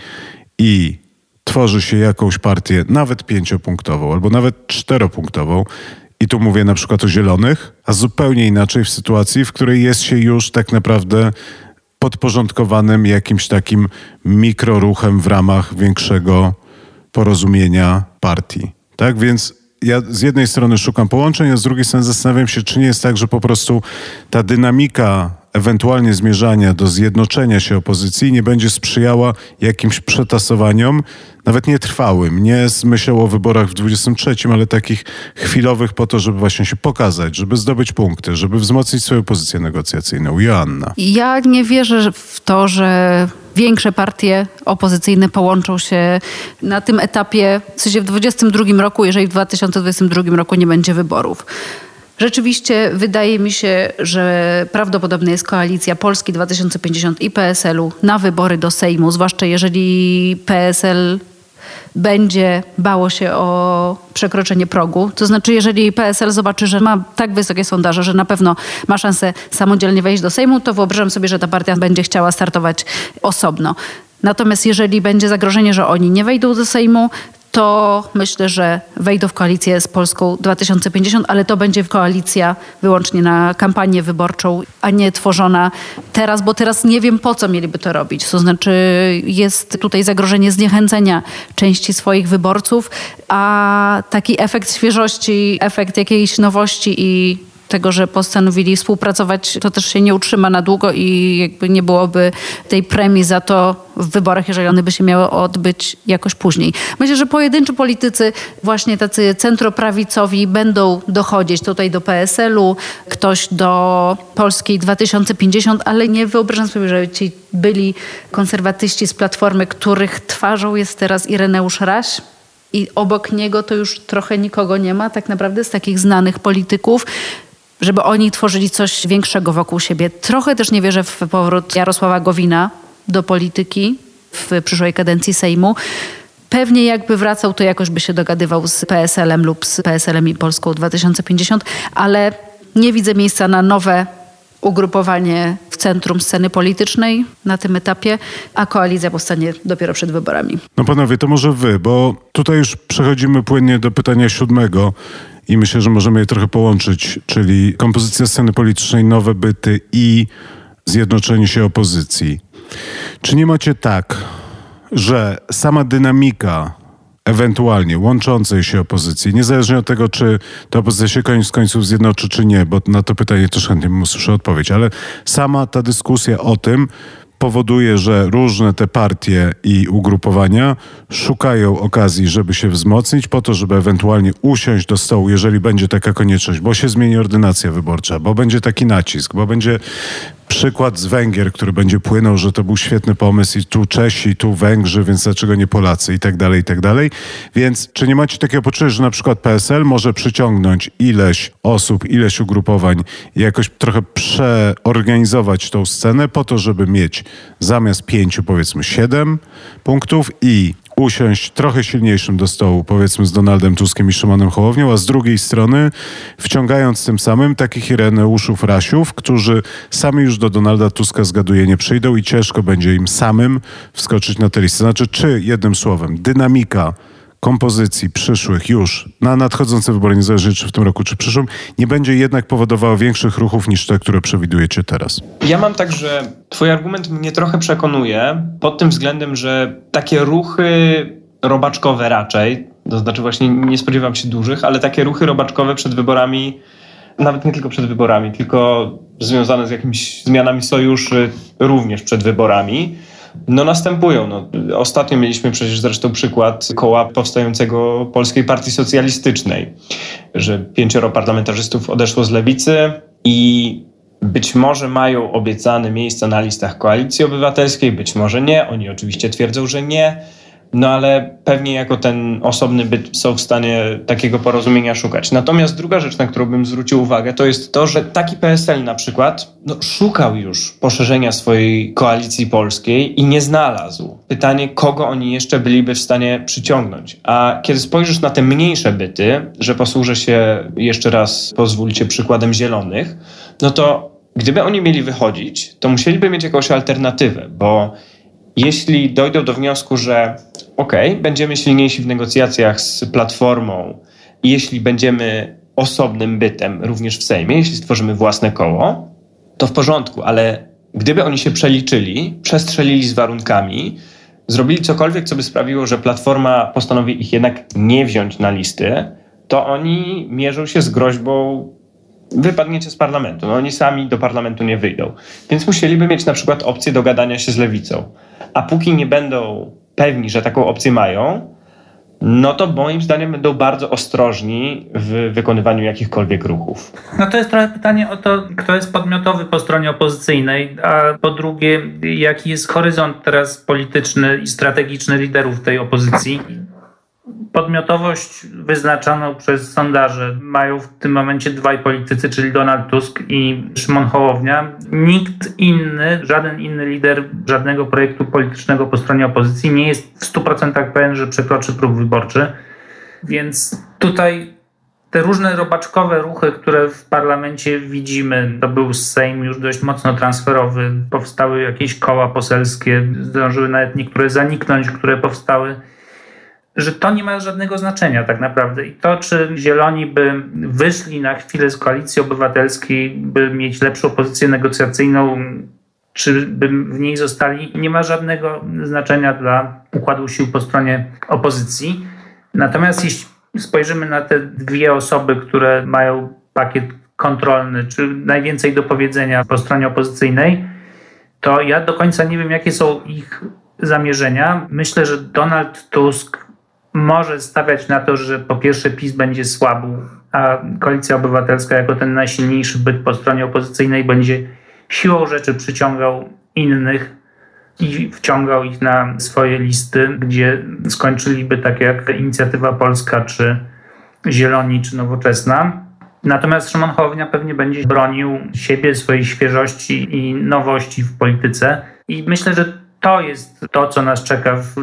[SPEAKER 1] i tworzy się jakąś partię, nawet 5-punktową albo nawet 4-punktową, i tu mówię na przykład o Zielonych, a zupełnie inaczej w sytuacji, w której jest się już tak naprawdę podporządkowanym jakimś takim mikroruchem w ramach większego porozumienia partii. Tak więc ja z jednej strony szukam połączeń, a z drugiej strony zastanawiam się, czy nie jest tak, że po prostu ta dynamika ewentualnie zmierzania do zjednoczenia się opozycji nie będzie sprzyjała jakimś przetasowaniom, nawet nietrwałym, nie z myślą o wyborach w 23, ale takich chwilowych po to, żeby właśnie się pokazać, żeby zdobyć punkty, żeby wzmocnić swoją pozycję negocjacyjną. Joanna.
[SPEAKER 3] Ja nie wierzę w to, że większe partie opozycyjne połączą się na tym etapie, w sensie w 2022 roku, jeżeli w 2022 roku nie będzie wyborów. Rzeczywiście wydaje mi się, że prawdopodobna jest koalicja Polski 2050 i PSL-u na wybory do Sejmu, zwłaszcza jeżeli PSL będzie bało się o przekroczenie progu. To znaczy, jeżeli PSL zobaczy, że ma tak wysokie sondaże, że na pewno ma szansę samodzielnie wejść do Sejmu, to wyobrażam sobie, że ta partia będzie chciała startować osobno. Natomiast jeżeli będzie zagrożenie, że oni nie wejdą do Sejmu, to myślę, że wejdą w koalicję z Polską 2050, ale to będzie koalicja wyłącznie na kampanię wyborczą, a nie tworzona teraz, bo teraz nie wiem, po co mieliby to robić. To znaczy jest tutaj zagrożenie zniechęcenia części swoich wyborców, a taki efekt świeżości, efekt jakiejś nowości i tego, że postanowili współpracować, to też się nie utrzyma na długo i jakby nie byłoby tej premii za to w wyborach, jeżeli one by się miały odbyć jakoś później. Myślę, że pojedynczy politycy, właśnie tacy centroprawicowi, będą dochodzić tutaj do PSL-u, ktoś do Polskiej 2050, ale nie wyobrażam sobie, że ci byli konserwatyści z Platformy, których twarzą jest teraz Ireneusz Raś. I obok niego to już trochę nikogo nie ma, tak naprawdę z takich znanych polityków, żeby oni tworzyli coś większego wokół siebie. Trochę też nie wierzę w powrót Jarosława Gowina do polityki w przyszłej kadencji Sejmu. Pewnie jakby wracał, to jakoś by się dogadywał z PSL-em lub z PSL-em i Polską 2050, ale nie widzę miejsca na nowe ugrupowanie w centrum sceny politycznej na tym etapie, a koalicja powstanie dopiero przed wyborami.
[SPEAKER 1] No panowie, to może wy, bo tutaj już przechodzimy płynnie do pytania 7 i myślę, że możemy je trochę połączyć, czyli kompozycja sceny politycznej, nowe byty i zjednoczenie się opozycji. Czy nie macie tak, że sama dynamika ewentualnie łączącej się opozycji, niezależnie od tego, czy ta opozycja się koniec końców zjednoczy, czy nie, bo na to pytanie też chętnie bym usłyszał odpowiedź, ale sama ta dyskusja o tym powoduje, że różne te partie i ugrupowania szukają okazji, żeby się wzmocnić po to, żeby ewentualnie usiąść do stołu, jeżeli będzie taka konieczność, bo się zmieni ordynacja wyborcza, bo będzie taki nacisk, bo będzie przykład z Węgier, który będzie płynął, że to był świetny pomysł i tu Czesi, tu Węgrzy, więc dlaczego nie Polacy i tak dalej, i tak dalej. Więc czy nie macie takiego poczucia, że na przykład PSL może przyciągnąć ileś osób, ileś ugrupowań i jakoś trochę przeorganizować tą scenę po to, żeby mieć zamiast 5, powiedzmy 7 punktów i usiąść trochę silniejszym do stołu, powiedzmy z Donaldem Tuskiem i Szymonem Hołownią, a z drugiej strony wciągając tym samym takich Ireneuszów Rasiów, którzy sami już do Donalda Tuska, zgaduję, nie przyjdą i ciężko będzie im samym wskoczyć na tę listę. Znaczy, czy jednym słowem, dynamika kompozycji przyszłych już na nadchodzące wybory, niezależnie czy w tym roku, czy przyszłym, nie będzie jednak powodowała większych ruchów niż te, które przewidujecie teraz?
[SPEAKER 2] Ja mam tak, że twój argument mnie trochę przekonuje pod tym względem, że takie ruchy robaczkowe raczej, to znaczy właśnie nie spodziewam się dużych, ale takie ruchy robaczkowe przed wyborami, nawet nie tylko przed wyborami, tylko związane z jakimiś zmianami sojuszy również przed wyborami, następują. Ostatnio mieliśmy przecież zresztą przykład koła powstającego Polskiej Partii Socjalistycznej, że 5 parlamentarzystów odeszło z lewicy i być może mają obiecane miejsca na listach Koalicji Obywatelskiej, być może nie. Oni oczywiście twierdzą, że nie. Ale pewnie jako ten osobny byt są w stanie takiego porozumienia szukać. Natomiast druga rzecz, na którą bym zwrócił uwagę, to jest to, że taki PSL na przykład szukał już poszerzenia swojej koalicji polskiej i nie znalazł. Pytanie, kogo oni jeszcze byliby w stanie przyciągnąć. A kiedy spojrzysz na te mniejsze byty, że posłużę się jeszcze raz, pozwólcie, przykładem Zielonych, to gdyby oni mieli wychodzić, to musieliby mieć jakąś alternatywę, bo jeśli dojdą do wniosku, że będziemy silniejsi w negocjacjach z Platformą i jeśli będziemy osobnym bytem również w Sejmie, jeśli stworzymy własne koło, to w porządku, ale gdyby oni się przeliczyli, przestrzelili z warunkami, zrobili cokolwiek, co by sprawiło, że Platforma postanowi ich jednak nie wziąć na listy, to oni mierzą się z groźbą wypadnięcia z parlamentu. Oni sami do parlamentu nie wyjdą. Więc musieliby mieć na przykład opcję dogadania się z lewicą. A póki nie będą pewni, że taką opcję mają, to moim zdaniem będą bardzo ostrożni w wykonywaniu jakichkolwiek ruchów.
[SPEAKER 4] To jest trochę pytanie o to, kto jest podmiotowy po stronie opozycyjnej, a po drugie, jaki jest horyzont teraz polityczny i strategiczny liderów tej opozycji. Podmiotowość wyznaczaną przez sondaże mają w tym momencie dwaj politycy, czyli Donald Tusk i Szymon Hołownia. Nikt inny, żaden inny lider żadnego projektu politycznego po stronie opozycji nie jest w 100% pewien, że przekroczy próg wyborczy. Więc tutaj te różne robaczkowe ruchy, które w parlamencie widzimy, to był Sejm już dość mocno transferowy, powstały jakieś koła poselskie, zdążyły nawet niektóre zaniknąć, które powstały. że to nie ma żadnego znaczenia tak naprawdę. I to, czy Zieloni by wyszli na chwilę z Koalicji Obywatelskiej, by mieć lepszą pozycję negocjacyjną, czy by w niej zostali, nie ma żadnego znaczenia dla układu sił po stronie opozycji. Natomiast jeśli spojrzymy na te dwie osoby, które mają pakiet kontrolny, czy najwięcej do powiedzenia po stronie opozycyjnej, to ja do końca nie wiem, jakie są ich zamierzenia. Myślę, że Donald Tusk może stawiać na to, że po pierwsze PiS będzie słabł, a Koalicja Obywatelska jako ten najsilniejszy byt po stronie opozycyjnej będzie siłą rzeczy przyciągał innych i wciągał ich na swoje listy, gdzie skończyliby tak jak Inicjatywa Polska, czy Zieloni, czy Nowoczesna. Natomiast Szymon Hołownia pewnie będzie bronił siebie, swojej świeżości i nowości w polityce. I myślę, że to jest to, co nas czeka w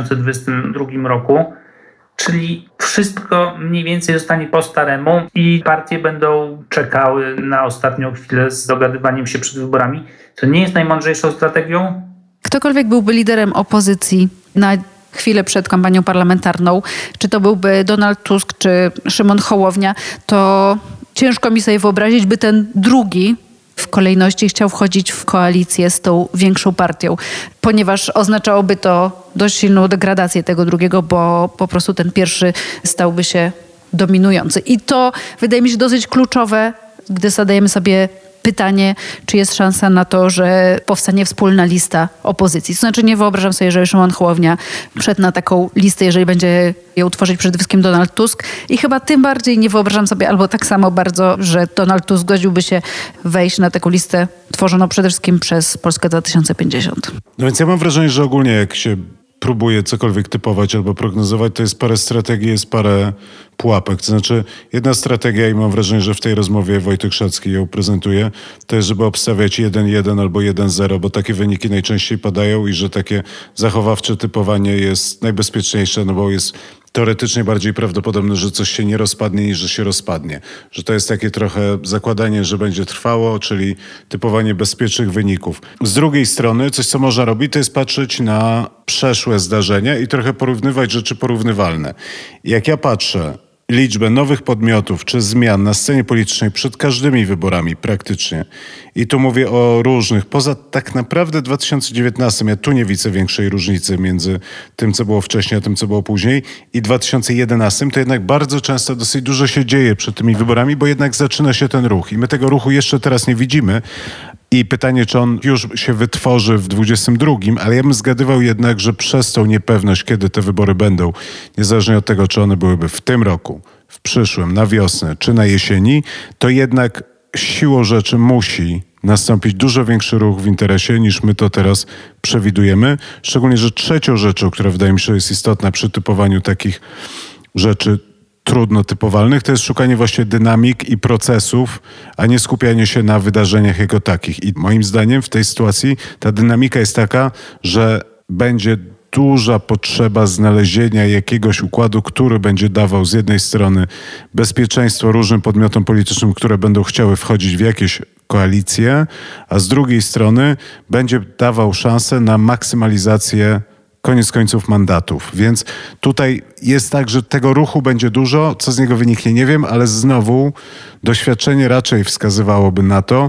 [SPEAKER 4] 2022 roku. Czyli wszystko mniej więcej zostanie po staremu i partie będą czekały na ostatnią chwilę z dogadywaniem się przed wyborami, co nie jest najmądrzejszą strategią.
[SPEAKER 3] Ktokolwiek byłby liderem opozycji na chwilę przed kampanią parlamentarną, czy to byłby Donald Tusk, czy Szymon Hołownia, to ciężko mi sobie wyobrazić, by ten drugi w kolejności chciał wchodzić w koalicję z tą większą partią, ponieważ oznaczałoby to dość silną degradację tego drugiego, bo po prostu ten pierwszy stałby się dominujący. I to wydaje mi się dosyć kluczowe, gdy zadajemy sobie pytanie, czy jest szansa na to, że powstanie wspólna lista opozycji. To znaczy nie wyobrażam sobie, żeby Szymon Hołownia wszedł na taką listę, jeżeli będzie ją tworzyć przede wszystkim Donald Tusk. I chyba tym bardziej nie wyobrażam sobie, albo tak samo bardzo, że Donald Tusk zgodziłby się wejść na taką listę tworzoną przede wszystkim przez Polskę 2050.
[SPEAKER 1] No więc ja mam wrażenie, że ogólnie jak się próbuje cokolwiek typować albo prognozować, to jest parę strategii, jest parę pułapek. To znaczy jedna strategia, i mam wrażenie, że w tej rozmowie Wojtek Szacki ją prezentuje, to jest, żeby obstawiać 1-1 albo 1-0, bo takie wyniki najczęściej padają i że takie zachowawcze typowanie jest najbezpieczniejsze, no bo jest teoretycznie bardziej prawdopodobne, że coś się nie rozpadnie niż że się rozpadnie. Że to jest takie trochę zakładanie, że będzie trwało, czyli typowanie bezpiecznych wyników. Z drugiej strony coś, co można robić, to jest patrzeć na przeszłe zdarzenia i trochę porównywać rzeczy porównywalne. Jak ja patrzę liczbę nowych podmiotów czy zmian na scenie politycznej przed każdymi wyborami praktycznie. I tu mówię o różnych, poza tak naprawdę 2019, ja tu nie widzę większej różnicy między tym, co było wcześniej, a tym, co było później, i 2011, to jednak bardzo często dosyć dużo się dzieje przed tymi wyborami, bo jednak zaczyna się ten ruch i my tego ruchu jeszcze teraz nie widzimy. I pytanie, czy on już się wytworzy w 2022, ale ja bym zgadywał jednak, że przez tą niepewność, kiedy te wybory będą, niezależnie od tego, czy one byłyby w tym roku, w przyszłym, na wiosnę, czy na jesieni, to jednak siłą rzeczy musi nastąpić dużo większy ruch w interesie, niż my to teraz przewidujemy. Szczególnie, że trzecią rzeczą, która wydaje mi się jest istotna przy typowaniu takich rzeczy trudno typowalnych, to jest szukanie właśnie dynamik i procesów, a nie skupianie się na wydarzeniach jako takich. I moim zdaniem w tej sytuacji ta dynamika jest taka, że będzie duża potrzeba znalezienia jakiegoś układu, który będzie dawał z jednej strony bezpieczeństwo różnym podmiotom politycznym, które będą chciały wchodzić w jakieś koalicje, a z drugiej strony będzie dawał szansę na maksymalizację koniec końców mandatów. Więc tutaj jest tak, że tego ruchu będzie dużo, co z niego wyniknie nie wiem, ale znowu doświadczenie raczej wskazywałoby na to,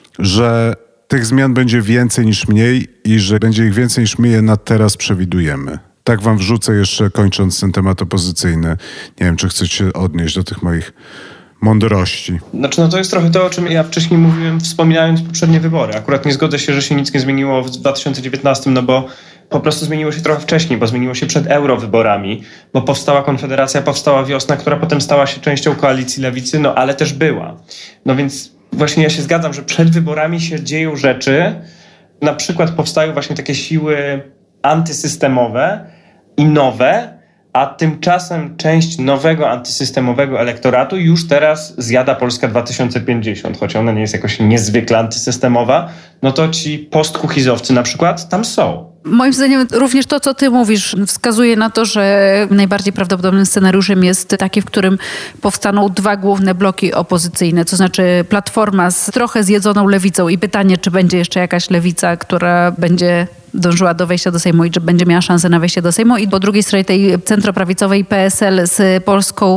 [SPEAKER 1] że tych zmian będzie więcej niż mniej i że będzie ich więcej niż my je na teraz przewidujemy. Tak wam wrzucę jeszcze, kończąc ten temat opozycyjny. Nie wiem, czy chcecie odnieść do tych moich mądrości.
[SPEAKER 2] Znaczy, no to jest trochę to, o czym ja wcześniej mówiłem, wspominając poprzednie wybory. Akurat nie zgodzę się, że się nic nie zmieniło w 2019, no bo po prostu zmieniło się trochę wcześniej, bo zmieniło się przed eurowyborami, bo powstała Konfederacja, powstała Wiosna, która potem stała się częścią koalicji lewicy, no ale też była. No więc właśnie ja się zgadzam, że przed wyborami się dzieją rzeczy, na przykład powstają właśnie takie siły antysystemowe i nowe, a tymczasem część nowego antysystemowego elektoratu już teraz zjada Polska 2050, choć ona nie jest jakoś niezwykle antysystemowa, no to ci postkuchizowcy na przykład tam są.
[SPEAKER 3] Moim zdaniem również to, co ty mówisz, wskazuje na to, że najbardziej prawdopodobnym scenariuszem jest taki, w którym powstaną dwa główne bloki opozycyjne, to znaczy Platforma z trochę zjedzoną lewicą i pytanie, czy będzie jeszcze jakaś lewica, która będzie dążyła do wejścia do Sejmu i że będzie miała szansę na wejście do Sejmu. I po drugiej stronie tej centroprawicowej PSL z Polską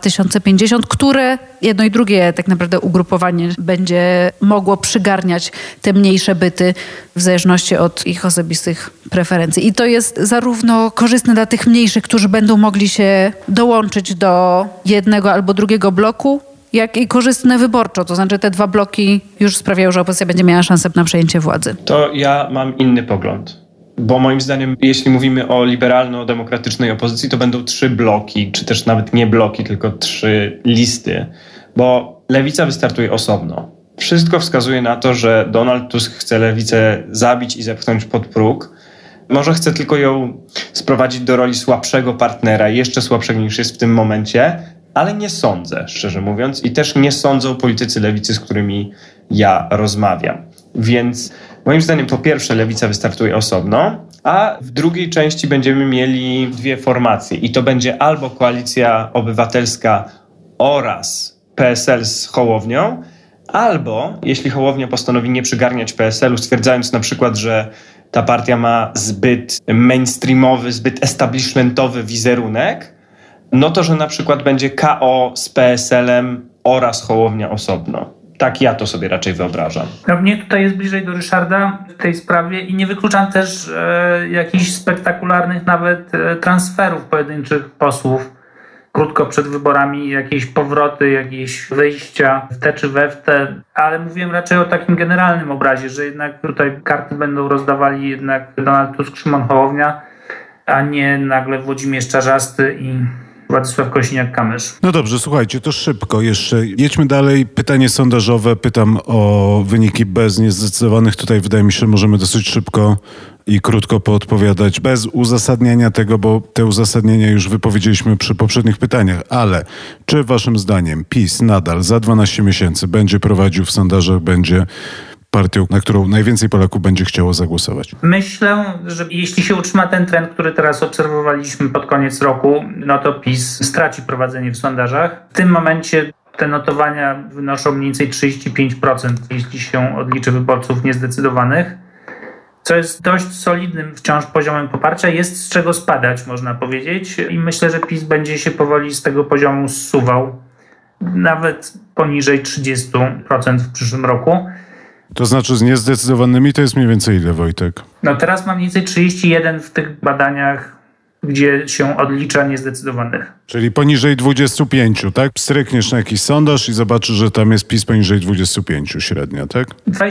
[SPEAKER 3] 2050, które jedno i drugie tak naprawdę ugrupowanie będzie mogło przygarniać te mniejsze byty w zależności od ich osobistych preferencji. I to jest zarówno korzystne dla tych mniejszych, którzy będą mogli się dołączyć do jednego albo drugiego bloku, jak i korzystne wyborczo. To znaczy te dwa bloki już sprawiają, że opozycja będzie miała szansę na przejęcie władzy.
[SPEAKER 2] To ja mam inny pogląd. Bo moim zdaniem, jeśli mówimy o liberalno-demokratycznej opozycji, to będą 3 bloki, czy też nawet nie bloki, tylko 3 listy. Bo Lewica wystartuje osobno. Wszystko wskazuje na to, że Donald Tusk chce Lewicę zabić i zepchnąć pod próg. Może chce tylko ją sprowadzić do roli słabszego partnera, jeszcze słabszego niż jest w tym momencie, ale nie sądzę, szczerze mówiąc, i też nie sądzą politycy Lewicy, z którymi ja rozmawiam. Więc moim zdaniem po pierwsze Lewica wystartuje osobno, a w drugiej części będziemy mieli 2 formacje i to będzie albo Koalicja Obywatelska oraz PSL z Hołownią, albo jeśli Hołownia postanowi nie przygarniać PSL-u, stwierdzając na przykład, że ta partia ma zbyt mainstreamowy, zbyt establishmentowy wizerunek, no to, że na przykład będzie KO z PSL-em oraz Hołownia osobno. Tak ja to sobie raczej wyobrażam.
[SPEAKER 4] No, mnie tutaj jest bliżej do Ryszarda w tej sprawie i nie wykluczam też jakichś spektakularnych nawet transferów pojedynczych posłów krótko przed wyborami, jakieś powroty, jakieś wyjścia w te czy we w te, ale mówiłem raczej o takim generalnym obrazie, że jednak tutaj karty będą rozdawali jednak Donald Tusk, Szymon Hołownia, a nie nagle Włodzimierz Czarzasty i Władysław Kosiniak-Kamysz.
[SPEAKER 1] No dobrze, słuchajcie, to szybko jeszcze. Jedźmy dalej. Pytanie sondażowe. Pytam o wyniki bez niezdecydowanych. Tutaj wydaje mi się, że możemy dosyć szybko i krótko poodpowiadać, bez uzasadniania tego, bo te uzasadnienia już wypowiedzieliśmy przy poprzednich pytaniach. Ale czy waszym zdaniem PiS nadal za 12 miesięcy będzie prowadził w sondażach, będzie partią, na którą najwięcej Polaków będzie chciało zagłosować?
[SPEAKER 4] Myślę, że jeśli się utrzyma ten trend, który teraz obserwowaliśmy pod koniec roku, no to PiS straci prowadzenie w sondażach. W tym momencie te notowania wynoszą mniej więcej 35%, jeśli się odliczy wyborców niezdecydowanych, co jest dość solidnym wciąż poziomem poparcia. Jest z czego spadać, można powiedzieć, i myślę, że PiS będzie się powoli z tego poziomu zsuwał, nawet poniżej 30% w przyszłym roku.
[SPEAKER 1] To znaczy z niezdecydowanymi to jest mniej więcej ile, Wojtek?
[SPEAKER 4] No teraz mam mniej więcej 31 w tych badaniach, gdzie się odlicza niezdecydowanych.
[SPEAKER 1] Czyli poniżej 25, tak? Strykniesz na jakiś sondaż i zobaczysz, że tam jest PiS poniżej 25 średnia, tak?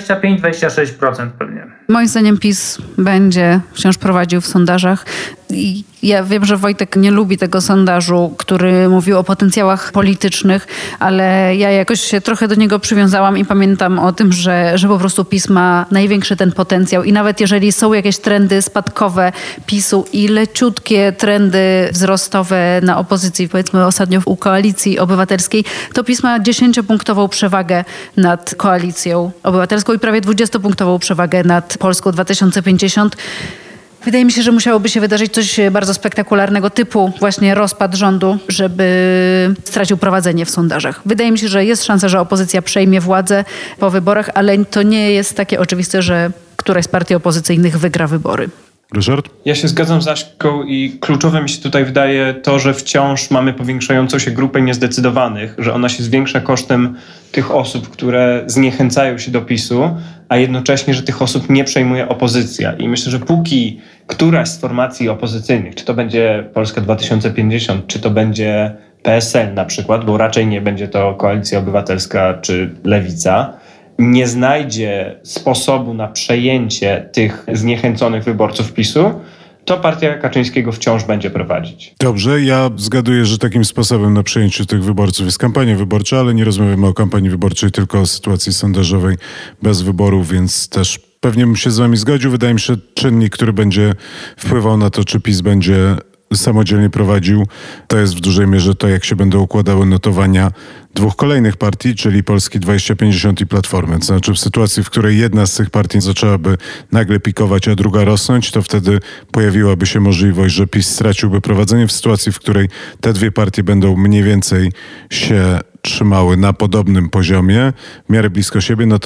[SPEAKER 4] 25-26% pewnie.
[SPEAKER 3] Moim zdaniem PiS będzie wciąż prowadził w sondażach. I ja wiem, że Wojtek nie lubi tego sondażu, który mówił o potencjałach politycznych, ale ja jakoś się trochę do niego przywiązałam i pamiętam o tym, że po prostu PiS ma największy ten potencjał i nawet jeżeli są jakieś trendy spadkowe PiS-u i leciutkie trendy wzrostowe na opozycji, powiedzmy ostatnio u Koalicji Obywatelskiej, to PiS ma 10-punktową przewagę nad Koalicją Obywatelską i prawie 20-punktową przewagę nad Polską 2050. Wydaje mi się, że musiałoby się wydarzyć coś bardzo spektakularnego, typu właśnie rozpad rządu, żeby stracił prowadzenie w sondażach. Wydaje mi się, że jest szansa, że opozycja przejmie władzę po wyborach, ale to nie jest takie oczywiste, że któraś z partii opozycyjnych wygra wybory.
[SPEAKER 1] Ryszard?
[SPEAKER 2] Ja się zgadzam z Aśką i kluczowe mi się tutaj wydaje to, że wciąż mamy powiększającą się grupę niezdecydowanych, że ona się zwiększa kosztem tych osób, które zniechęcają się do PiS-u, a jednocześnie, że tych osób nie przejmuje opozycja. I myślę, że póki któraś z formacji opozycyjnych, czy to będzie Polska 2050, czy to będzie PSL na przykład, bo raczej nie będzie to Koalicja Obywatelska czy Lewica, nie znajdzie sposobu na przejęcie tych zniechęconych wyborców PiS-u, to partia Kaczyńskiego wciąż będzie prowadzić.
[SPEAKER 1] Dobrze, ja zgaduję, że takim sposobem na przejęcie tych wyborców jest kampania wyborcza, ale nie rozmawiamy o kampanii wyborczej, tylko o sytuacji sondażowej bez wyborów, więc też pewnie bym się z wami zgodził. Wydaje mi się, że czynnik, który będzie wpływał na to, czy PiS będzie samodzielnie prowadził, to jest w dużej mierze to, jak się będą układały notowania dwóch kolejnych partii, czyli Polski 2050 i Platformy. To znaczy w sytuacji, w której jedna z tych partii zaczęłaby nagle pikować, a druga rosnąć, to wtedy pojawiłaby się możliwość, że PiS straciłby prowadzenie. W sytuacji, w której te dwie partie będą mniej więcej się trzymały na podobnym poziomie, w miarę blisko siebie, no to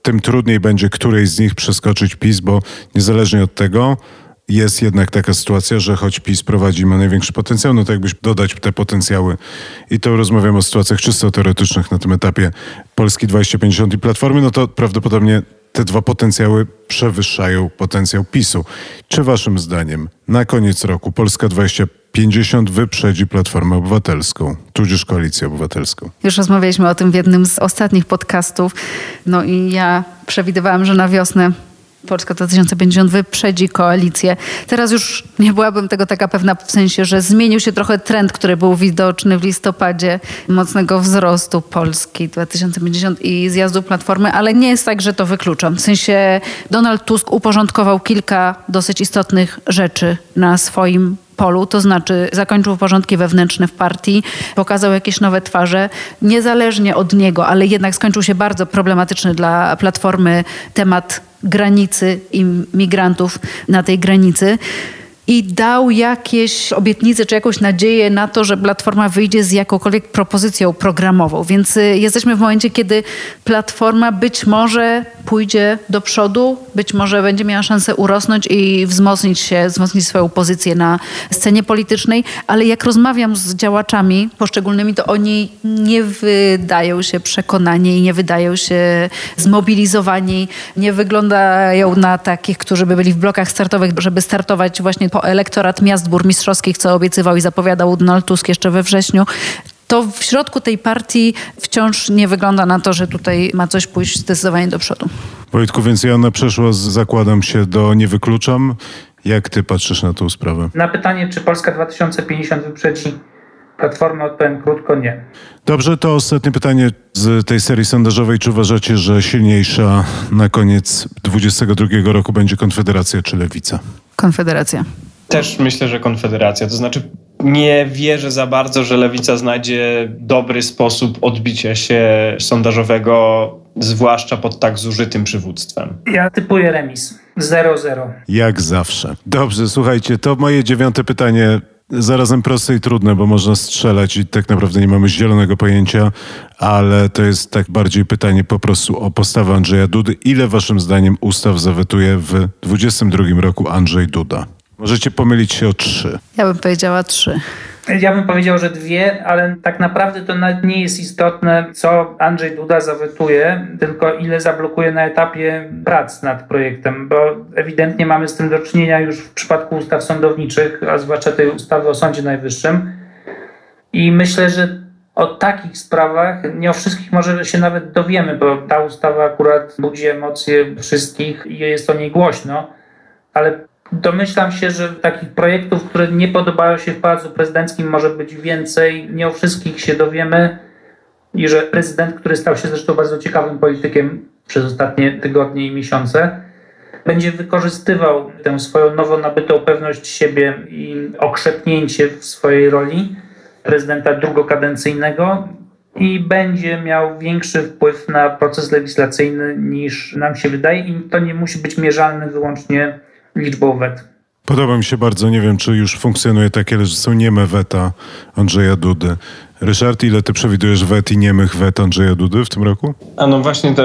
[SPEAKER 1] tym trudniej będzie którejś z nich przeskoczyć PiS, bo niezależnie od tego jest jednak taka sytuacja, że choć PiS prowadzi, ma największy potencjał, no to jakbyś dodać te potencjały i to rozmawiamy o sytuacjach czysto teoretycznych na tym etapie Polski 2050 i Platformy, no to prawdopodobnie te dwa potencjały przewyższają potencjał PiS-u. Czy waszym zdaniem na koniec roku Polska 2050 wyprzedzi Platformę Obywatelską, tudzież Koalicję Obywatelską?
[SPEAKER 3] Już rozmawialiśmy o tym w jednym z ostatnich podcastów. No i ja przewidywałam, że na wiosnę Polska 2050 wyprzedzi koalicję. Teraz już nie byłabym tego taka pewna, w sensie, że zmienił się trochę trend, który był widoczny w listopadzie, mocnego wzrostu Polski 2050 i zjazdu Platformy, ale nie jest tak, że to wykluczam. W sensie Donald Tusk uporządkował kilka dosyć istotnych rzeczy na swoim polu, to znaczy zakończył porządki wewnętrzne w partii, pokazał jakieś nowe twarze, niezależnie od niego, ale jednak skończył się bardzo problematyczny dla Platformy temat granicy i migrantów na tej granicy. I dał jakieś obietnice czy jakąś nadzieję na to, że Platforma wyjdzie z jakąkolwiek propozycją programową. Więc jesteśmy w momencie, kiedy Platforma być może pójdzie do przodu, być może będzie miała szansę urosnąć i wzmocnić swoją pozycję na scenie politycznej, ale jak rozmawiam z działaczami poszczególnymi, to oni nie wydają się przekonani, nie wydają się zmobilizowani, nie wyglądają na takich, którzy by byli w blokach startowych, żeby startować właśnie po elektorat miast burmistrzowskich, co obiecywał i zapowiadał Donald Tusk jeszcze we wrześniu. To w środku tej partii wciąż nie wygląda na to, że tutaj ma coś pójść zdecydowanie do przodu.
[SPEAKER 1] Wojtku, więc Joanna przeszła z zakładam się do nie wykluczam. Jak ty patrzysz na tą sprawę?
[SPEAKER 4] Na pytanie, czy Polska 2050 wyprzedzi Platformę, odpowiem krótko nie.
[SPEAKER 1] Dobrze, to ostatnie pytanie z tej serii sondażowej. Czy uważacie, że silniejsza na koniec 2022 roku będzie Konfederacja czy Lewica?
[SPEAKER 3] Konfederacja.
[SPEAKER 2] Też myślę, że Konfederacja. To znaczy nie wierzę za bardzo, że Lewica znajdzie dobry sposób odbicia się sondażowego, zwłaszcza pod tak zużytym przywództwem.
[SPEAKER 4] Ja typuję remis. 0-0.
[SPEAKER 1] Jak zawsze. Dobrze, słuchajcie, to moje 9. pytanie. Zarazem proste i trudne, bo można strzelać i tak naprawdę nie mamy zielonego pojęcia, ale to jest tak bardziej pytanie po prostu o postawę Andrzeja Dudy. Ile waszym zdaniem ustaw zawetuje w 2022 roku Andrzej Duda? Możecie pomylić się o 3.
[SPEAKER 3] Ja bym powiedziała 3.
[SPEAKER 4] Ja bym powiedział, że 2, ale tak naprawdę to nawet nie jest istotne, co Andrzej Duda zawetuje, tylko ile zablokuje na etapie prac nad projektem, bo ewidentnie mamy z tym do czynienia już w przypadku ustaw sądowniczych, a zwłaszcza tej ustawy o Sądzie Najwyższym. I myślę, że o takich sprawach, nie o wszystkich może się nawet dowiemy, bo ta ustawa akurat budzi emocje wszystkich i jest o niej głośno, ale domyślam się, że takich projektów, które nie podobają się w Pałacu Prezydenckim, może być więcej. Nie o wszystkich się dowiemy i że prezydent, który stał się zresztą bardzo ciekawym politykiem przez ostatnie tygodnie i miesiące, będzie wykorzystywał tę swoją nowo nabytą pewność siebie i okrzepnięcie w swojej roli prezydenta drugokadencyjnego i będzie miał większy wpływ na proces legislacyjny niż nam się wydaje i to nie musi być mierzalne wyłącznie liczbą wet.
[SPEAKER 1] Podoba mi się bardzo, nie wiem, czy już funkcjonuje takie, że są nieme weta Andrzeja Dudy. Ryszard, ile ty przewidujesz wet i niemych wet Andrzeja Dudy w tym roku?
[SPEAKER 2] A no właśnie,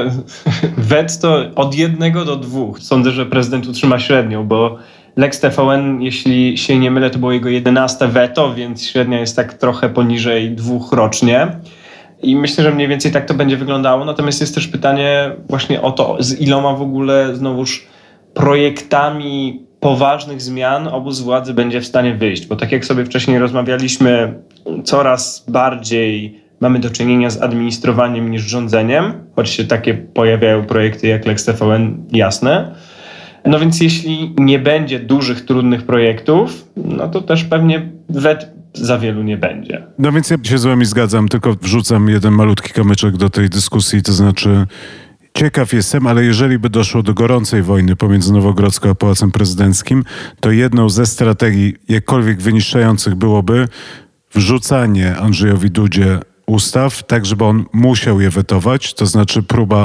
[SPEAKER 2] wet to od 1 do 2. Sądzę, że prezydent utrzyma średnią, bo Lex TVN, jeśli się nie mylę, to było jego 11 weto, więc średnia jest tak trochę poniżej 2 rocznie. I myślę, że mniej więcej tak to będzie wyglądało. Natomiast jest też pytanie właśnie o to, z iloma w ogóle znowuż projektami poważnych zmian obóz władzy będzie w stanie wyjść. Bo tak jak sobie wcześniej rozmawialiśmy, coraz bardziej mamy do czynienia z administrowaniem niż rządzeniem, choć się takie pojawiają projekty jak Lex TVN, jasne. No więc jeśli nie będzie dużych, trudnych projektów, no to też pewnie wet za wielu nie będzie.
[SPEAKER 1] No więc ja się z wami zgadzam, tylko wrzucam jeden malutki kamyczek do tej dyskusji, to znaczy ciekaw jestem, ale jeżeli by doszło do gorącej wojny pomiędzy Nowogrodzką a Pałacem Prezydenckim, to jedną ze strategii jakkolwiek wyniszczających byłoby wrzucanie Andrzejowi Dudzie ustaw, tak żeby on musiał je wetować, to znaczy próba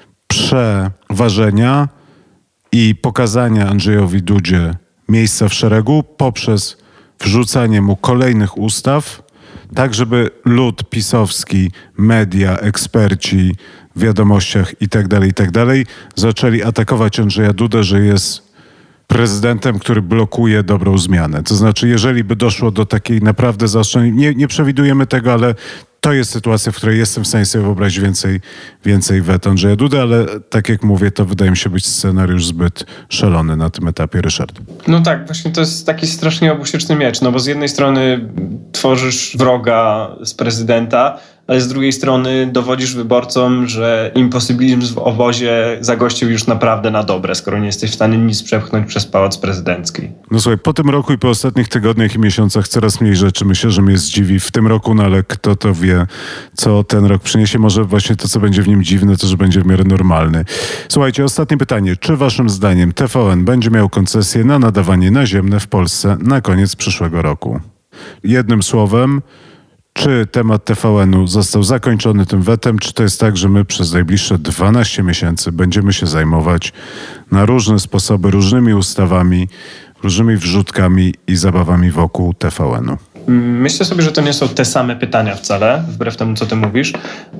[SPEAKER 1] przeważenia i pokazania Andrzejowi Dudzie miejsca w szeregu poprzez wrzucanie mu kolejnych ustaw, tak żeby lud pisowski, media, eksperci w wiadomościach i tak dalej, zaczęli atakować Andrzeja Dudę, że jest prezydentem, który blokuje dobrą zmianę. To znaczy, jeżeli by doszło do takiej naprawdę zaostrzenia, nie przewidujemy tego, ale to jest sytuacja, w której jestem w stanie sobie wyobrazić więcej wet Andrzeja Dudy, ale tak jak mówię, to wydaje mi się być scenariusz zbyt szalony na tym etapie, Ryszard.
[SPEAKER 2] No tak, właśnie to jest taki strasznie obusieczny miecz, no bo z jednej strony tworzysz wroga z prezydenta, ale z drugiej strony dowodzisz wyborcom, że imposybilizm w obozie zagościł już naprawdę na dobre, skoro nie jesteś w stanie nic przepchnąć przez Pałac Prezydencki.
[SPEAKER 1] No słuchaj, po tym roku i po ostatnich tygodniach i miesiącach coraz mniej rzeczy myślę, że mnie zdziwi w tym roku, no ale kto to wie, co ten rok przyniesie. Może właśnie to, co będzie w nim dziwne, to, że będzie w miarę normalny. Słuchajcie, ostatnie pytanie. Czy waszym zdaniem TVN będzie miał koncesję na nadawanie naziemne w Polsce na koniec przyszłego roku? Jednym słowem, czy temat TVN-u został zakończony tym wetem, czy to jest tak, że my przez najbliższe 12 miesięcy będziemy się zajmować na różne sposoby, różnymi ustawami, różnymi wrzutkami i zabawami wokół TVN-u?
[SPEAKER 2] Myślę sobie, że to nie są te same pytania wcale, wbrew temu, co ty mówisz,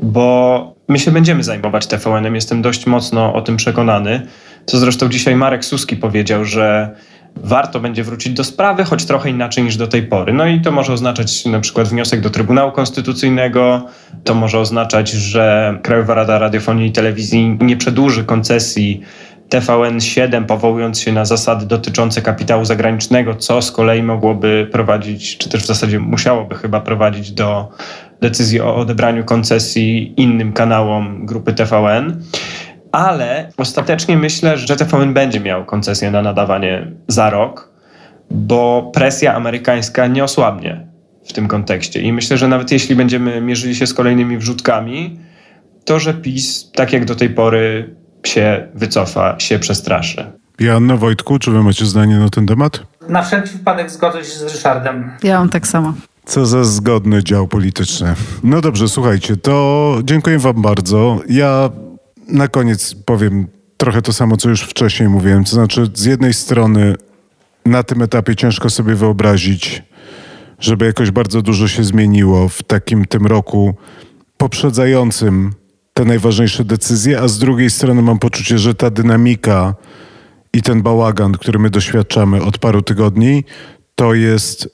[SPEAKER 2] bo my się będziemy zajmować TVN-em, jestem dość mocno o tym przekonany, co zresztą dzisiaj Marek Suski powiedział, że warto będzie wrócić do sprawy, choć trochę inaczej niż do tej pory. No i to może oznaczać na przykład wniosek do Trybunału Konstytucyjnego, to może oznaczać, że Krajowa Rada Radiofonii i Telewizji nie przedłuży koncesji TVN7, powołując się na zasady dotyczące kapitału zagranicznego, co z kolei mogłoby prowadzić, czy też w zasadzie musiałoby chyba prowadzić do decyzji o odebraniu koncesji innym kanałom grupy TVN. Ale ostatecznie myślę, że TVN będzie miał koncesję na nadawanie za rok, bo presja amerykańska nie osłabnie w tym kontekście. I myślę, że nawet jeśli będziemy mierzyli się z kolejnymi wrzutkami, to że PiS, tak jak do tej pory, się wycofa, się przestraszy.
[SPEAKER 1] Joanna, Wojtku, czy wy macie zdanie na ten temat?
[SPEAKER 4] Na wszelki wypadek zgodzę się z Ryszardem.
[SPEAKER 3] Ja mam tak samo.
[SPEAKER 1] Co za zgodny dział polityczny. No dobrze, słuchajcie, to dziękuję wam bardzo. Ja na koniec powiem trochę to samo, co już wcześniej mówiłem. To znaczy, z jednej strony na tym etapie ciężko sobie wyobrazić, żeby jakoś bardzo dużo się zmieniło w takim tym roku poprzedzającym te najważniejsze decyzje, a z drugiej strony mam poczucie, że ta dynamika i ten bałagan, który my doświadczamy od paru tygodni, to jest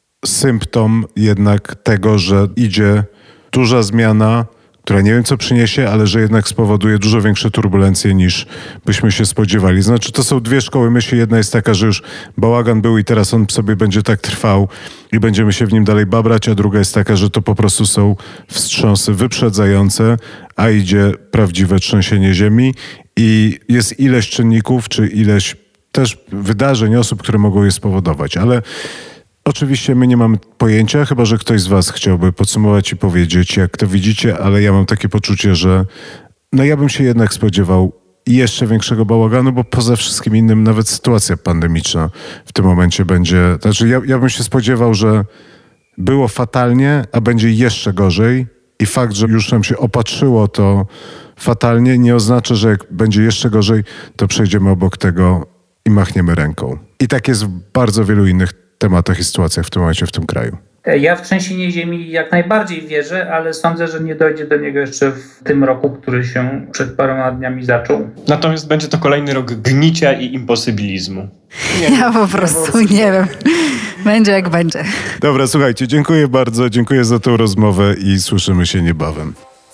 [SPEAKER 1] symptom jednak tego, że idzie duża zmiana, która nie wiem co przyniesie, ale że jednak spowoduje dużo większe turbulencje niż byśmy się spodziewali. Znaczy to są dwie szkoły myśli. Jedna jest taka, że już bałagan był i teraz on sobie będzie tak trwał i będziemy się w nim dalej babrać, a druga jest taka, że to po prostu są wstrząsy wyprzedzające, a idzie prawdziwe trzęsienie ziemi i jest ileś czynników, czy ileś też wydarzeń, osób, które mogą je spowodować, ale oczywiście my nie mamy pojęcia, chyba że ktoś z was chciałby podsumować i powiedzieć, jak to widzicie, ale ja mam takie poczucie, że ja bym się jednak spodziewał jeszcze większego bałaganu, bo poza wszystkim innym nawet sytuacja pandemiczna w tym momencie będzie... Znaczy ja bym się spodziewał, że było fatalnie, a będzie jeszcze gorzej i fakt, że już nam się opatrzyło to fatalnie, nie oznacza, że jak będzie jeszcze gorzej, to przejdziemy obok tego i machniemy ręką. I tak jest w bardzo wielu innych tematach i sytuacjach w tym momencie w tym kraju.
[SPEAKER 4] Ja w trzęsienie ziemi jak najbardziej wierzę, ale sądzę, że nie dojdzie do niego jeszcze w tym roku, który się przed paroma dniami zaczął.
[SPEAKER 2] Natomiast będzie to kolejny rok gnicia i imposybilizmu.
[SPEAKER 3] Ja po prostu nie wiem. Będzie jak będzie.
[SPEAKER 1] Dobra, słuchajcie, dziękuję bardzo, dziękuję za tę rozmowę i słyszymy się niebawem.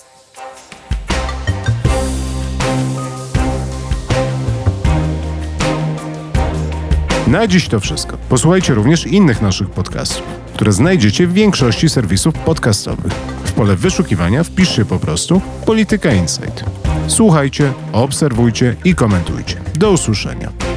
[SPEAKER 1] Na dziś to wszystko. Posłuchajcie również innych naszych podcastów, które znajdziecie w większości serwisów podcastowych. W pole wyszukiwania wpiszcie po prostu Polityka Insight. Słuchajcie, obserwujcie i komentujcie. Do usłyszenia.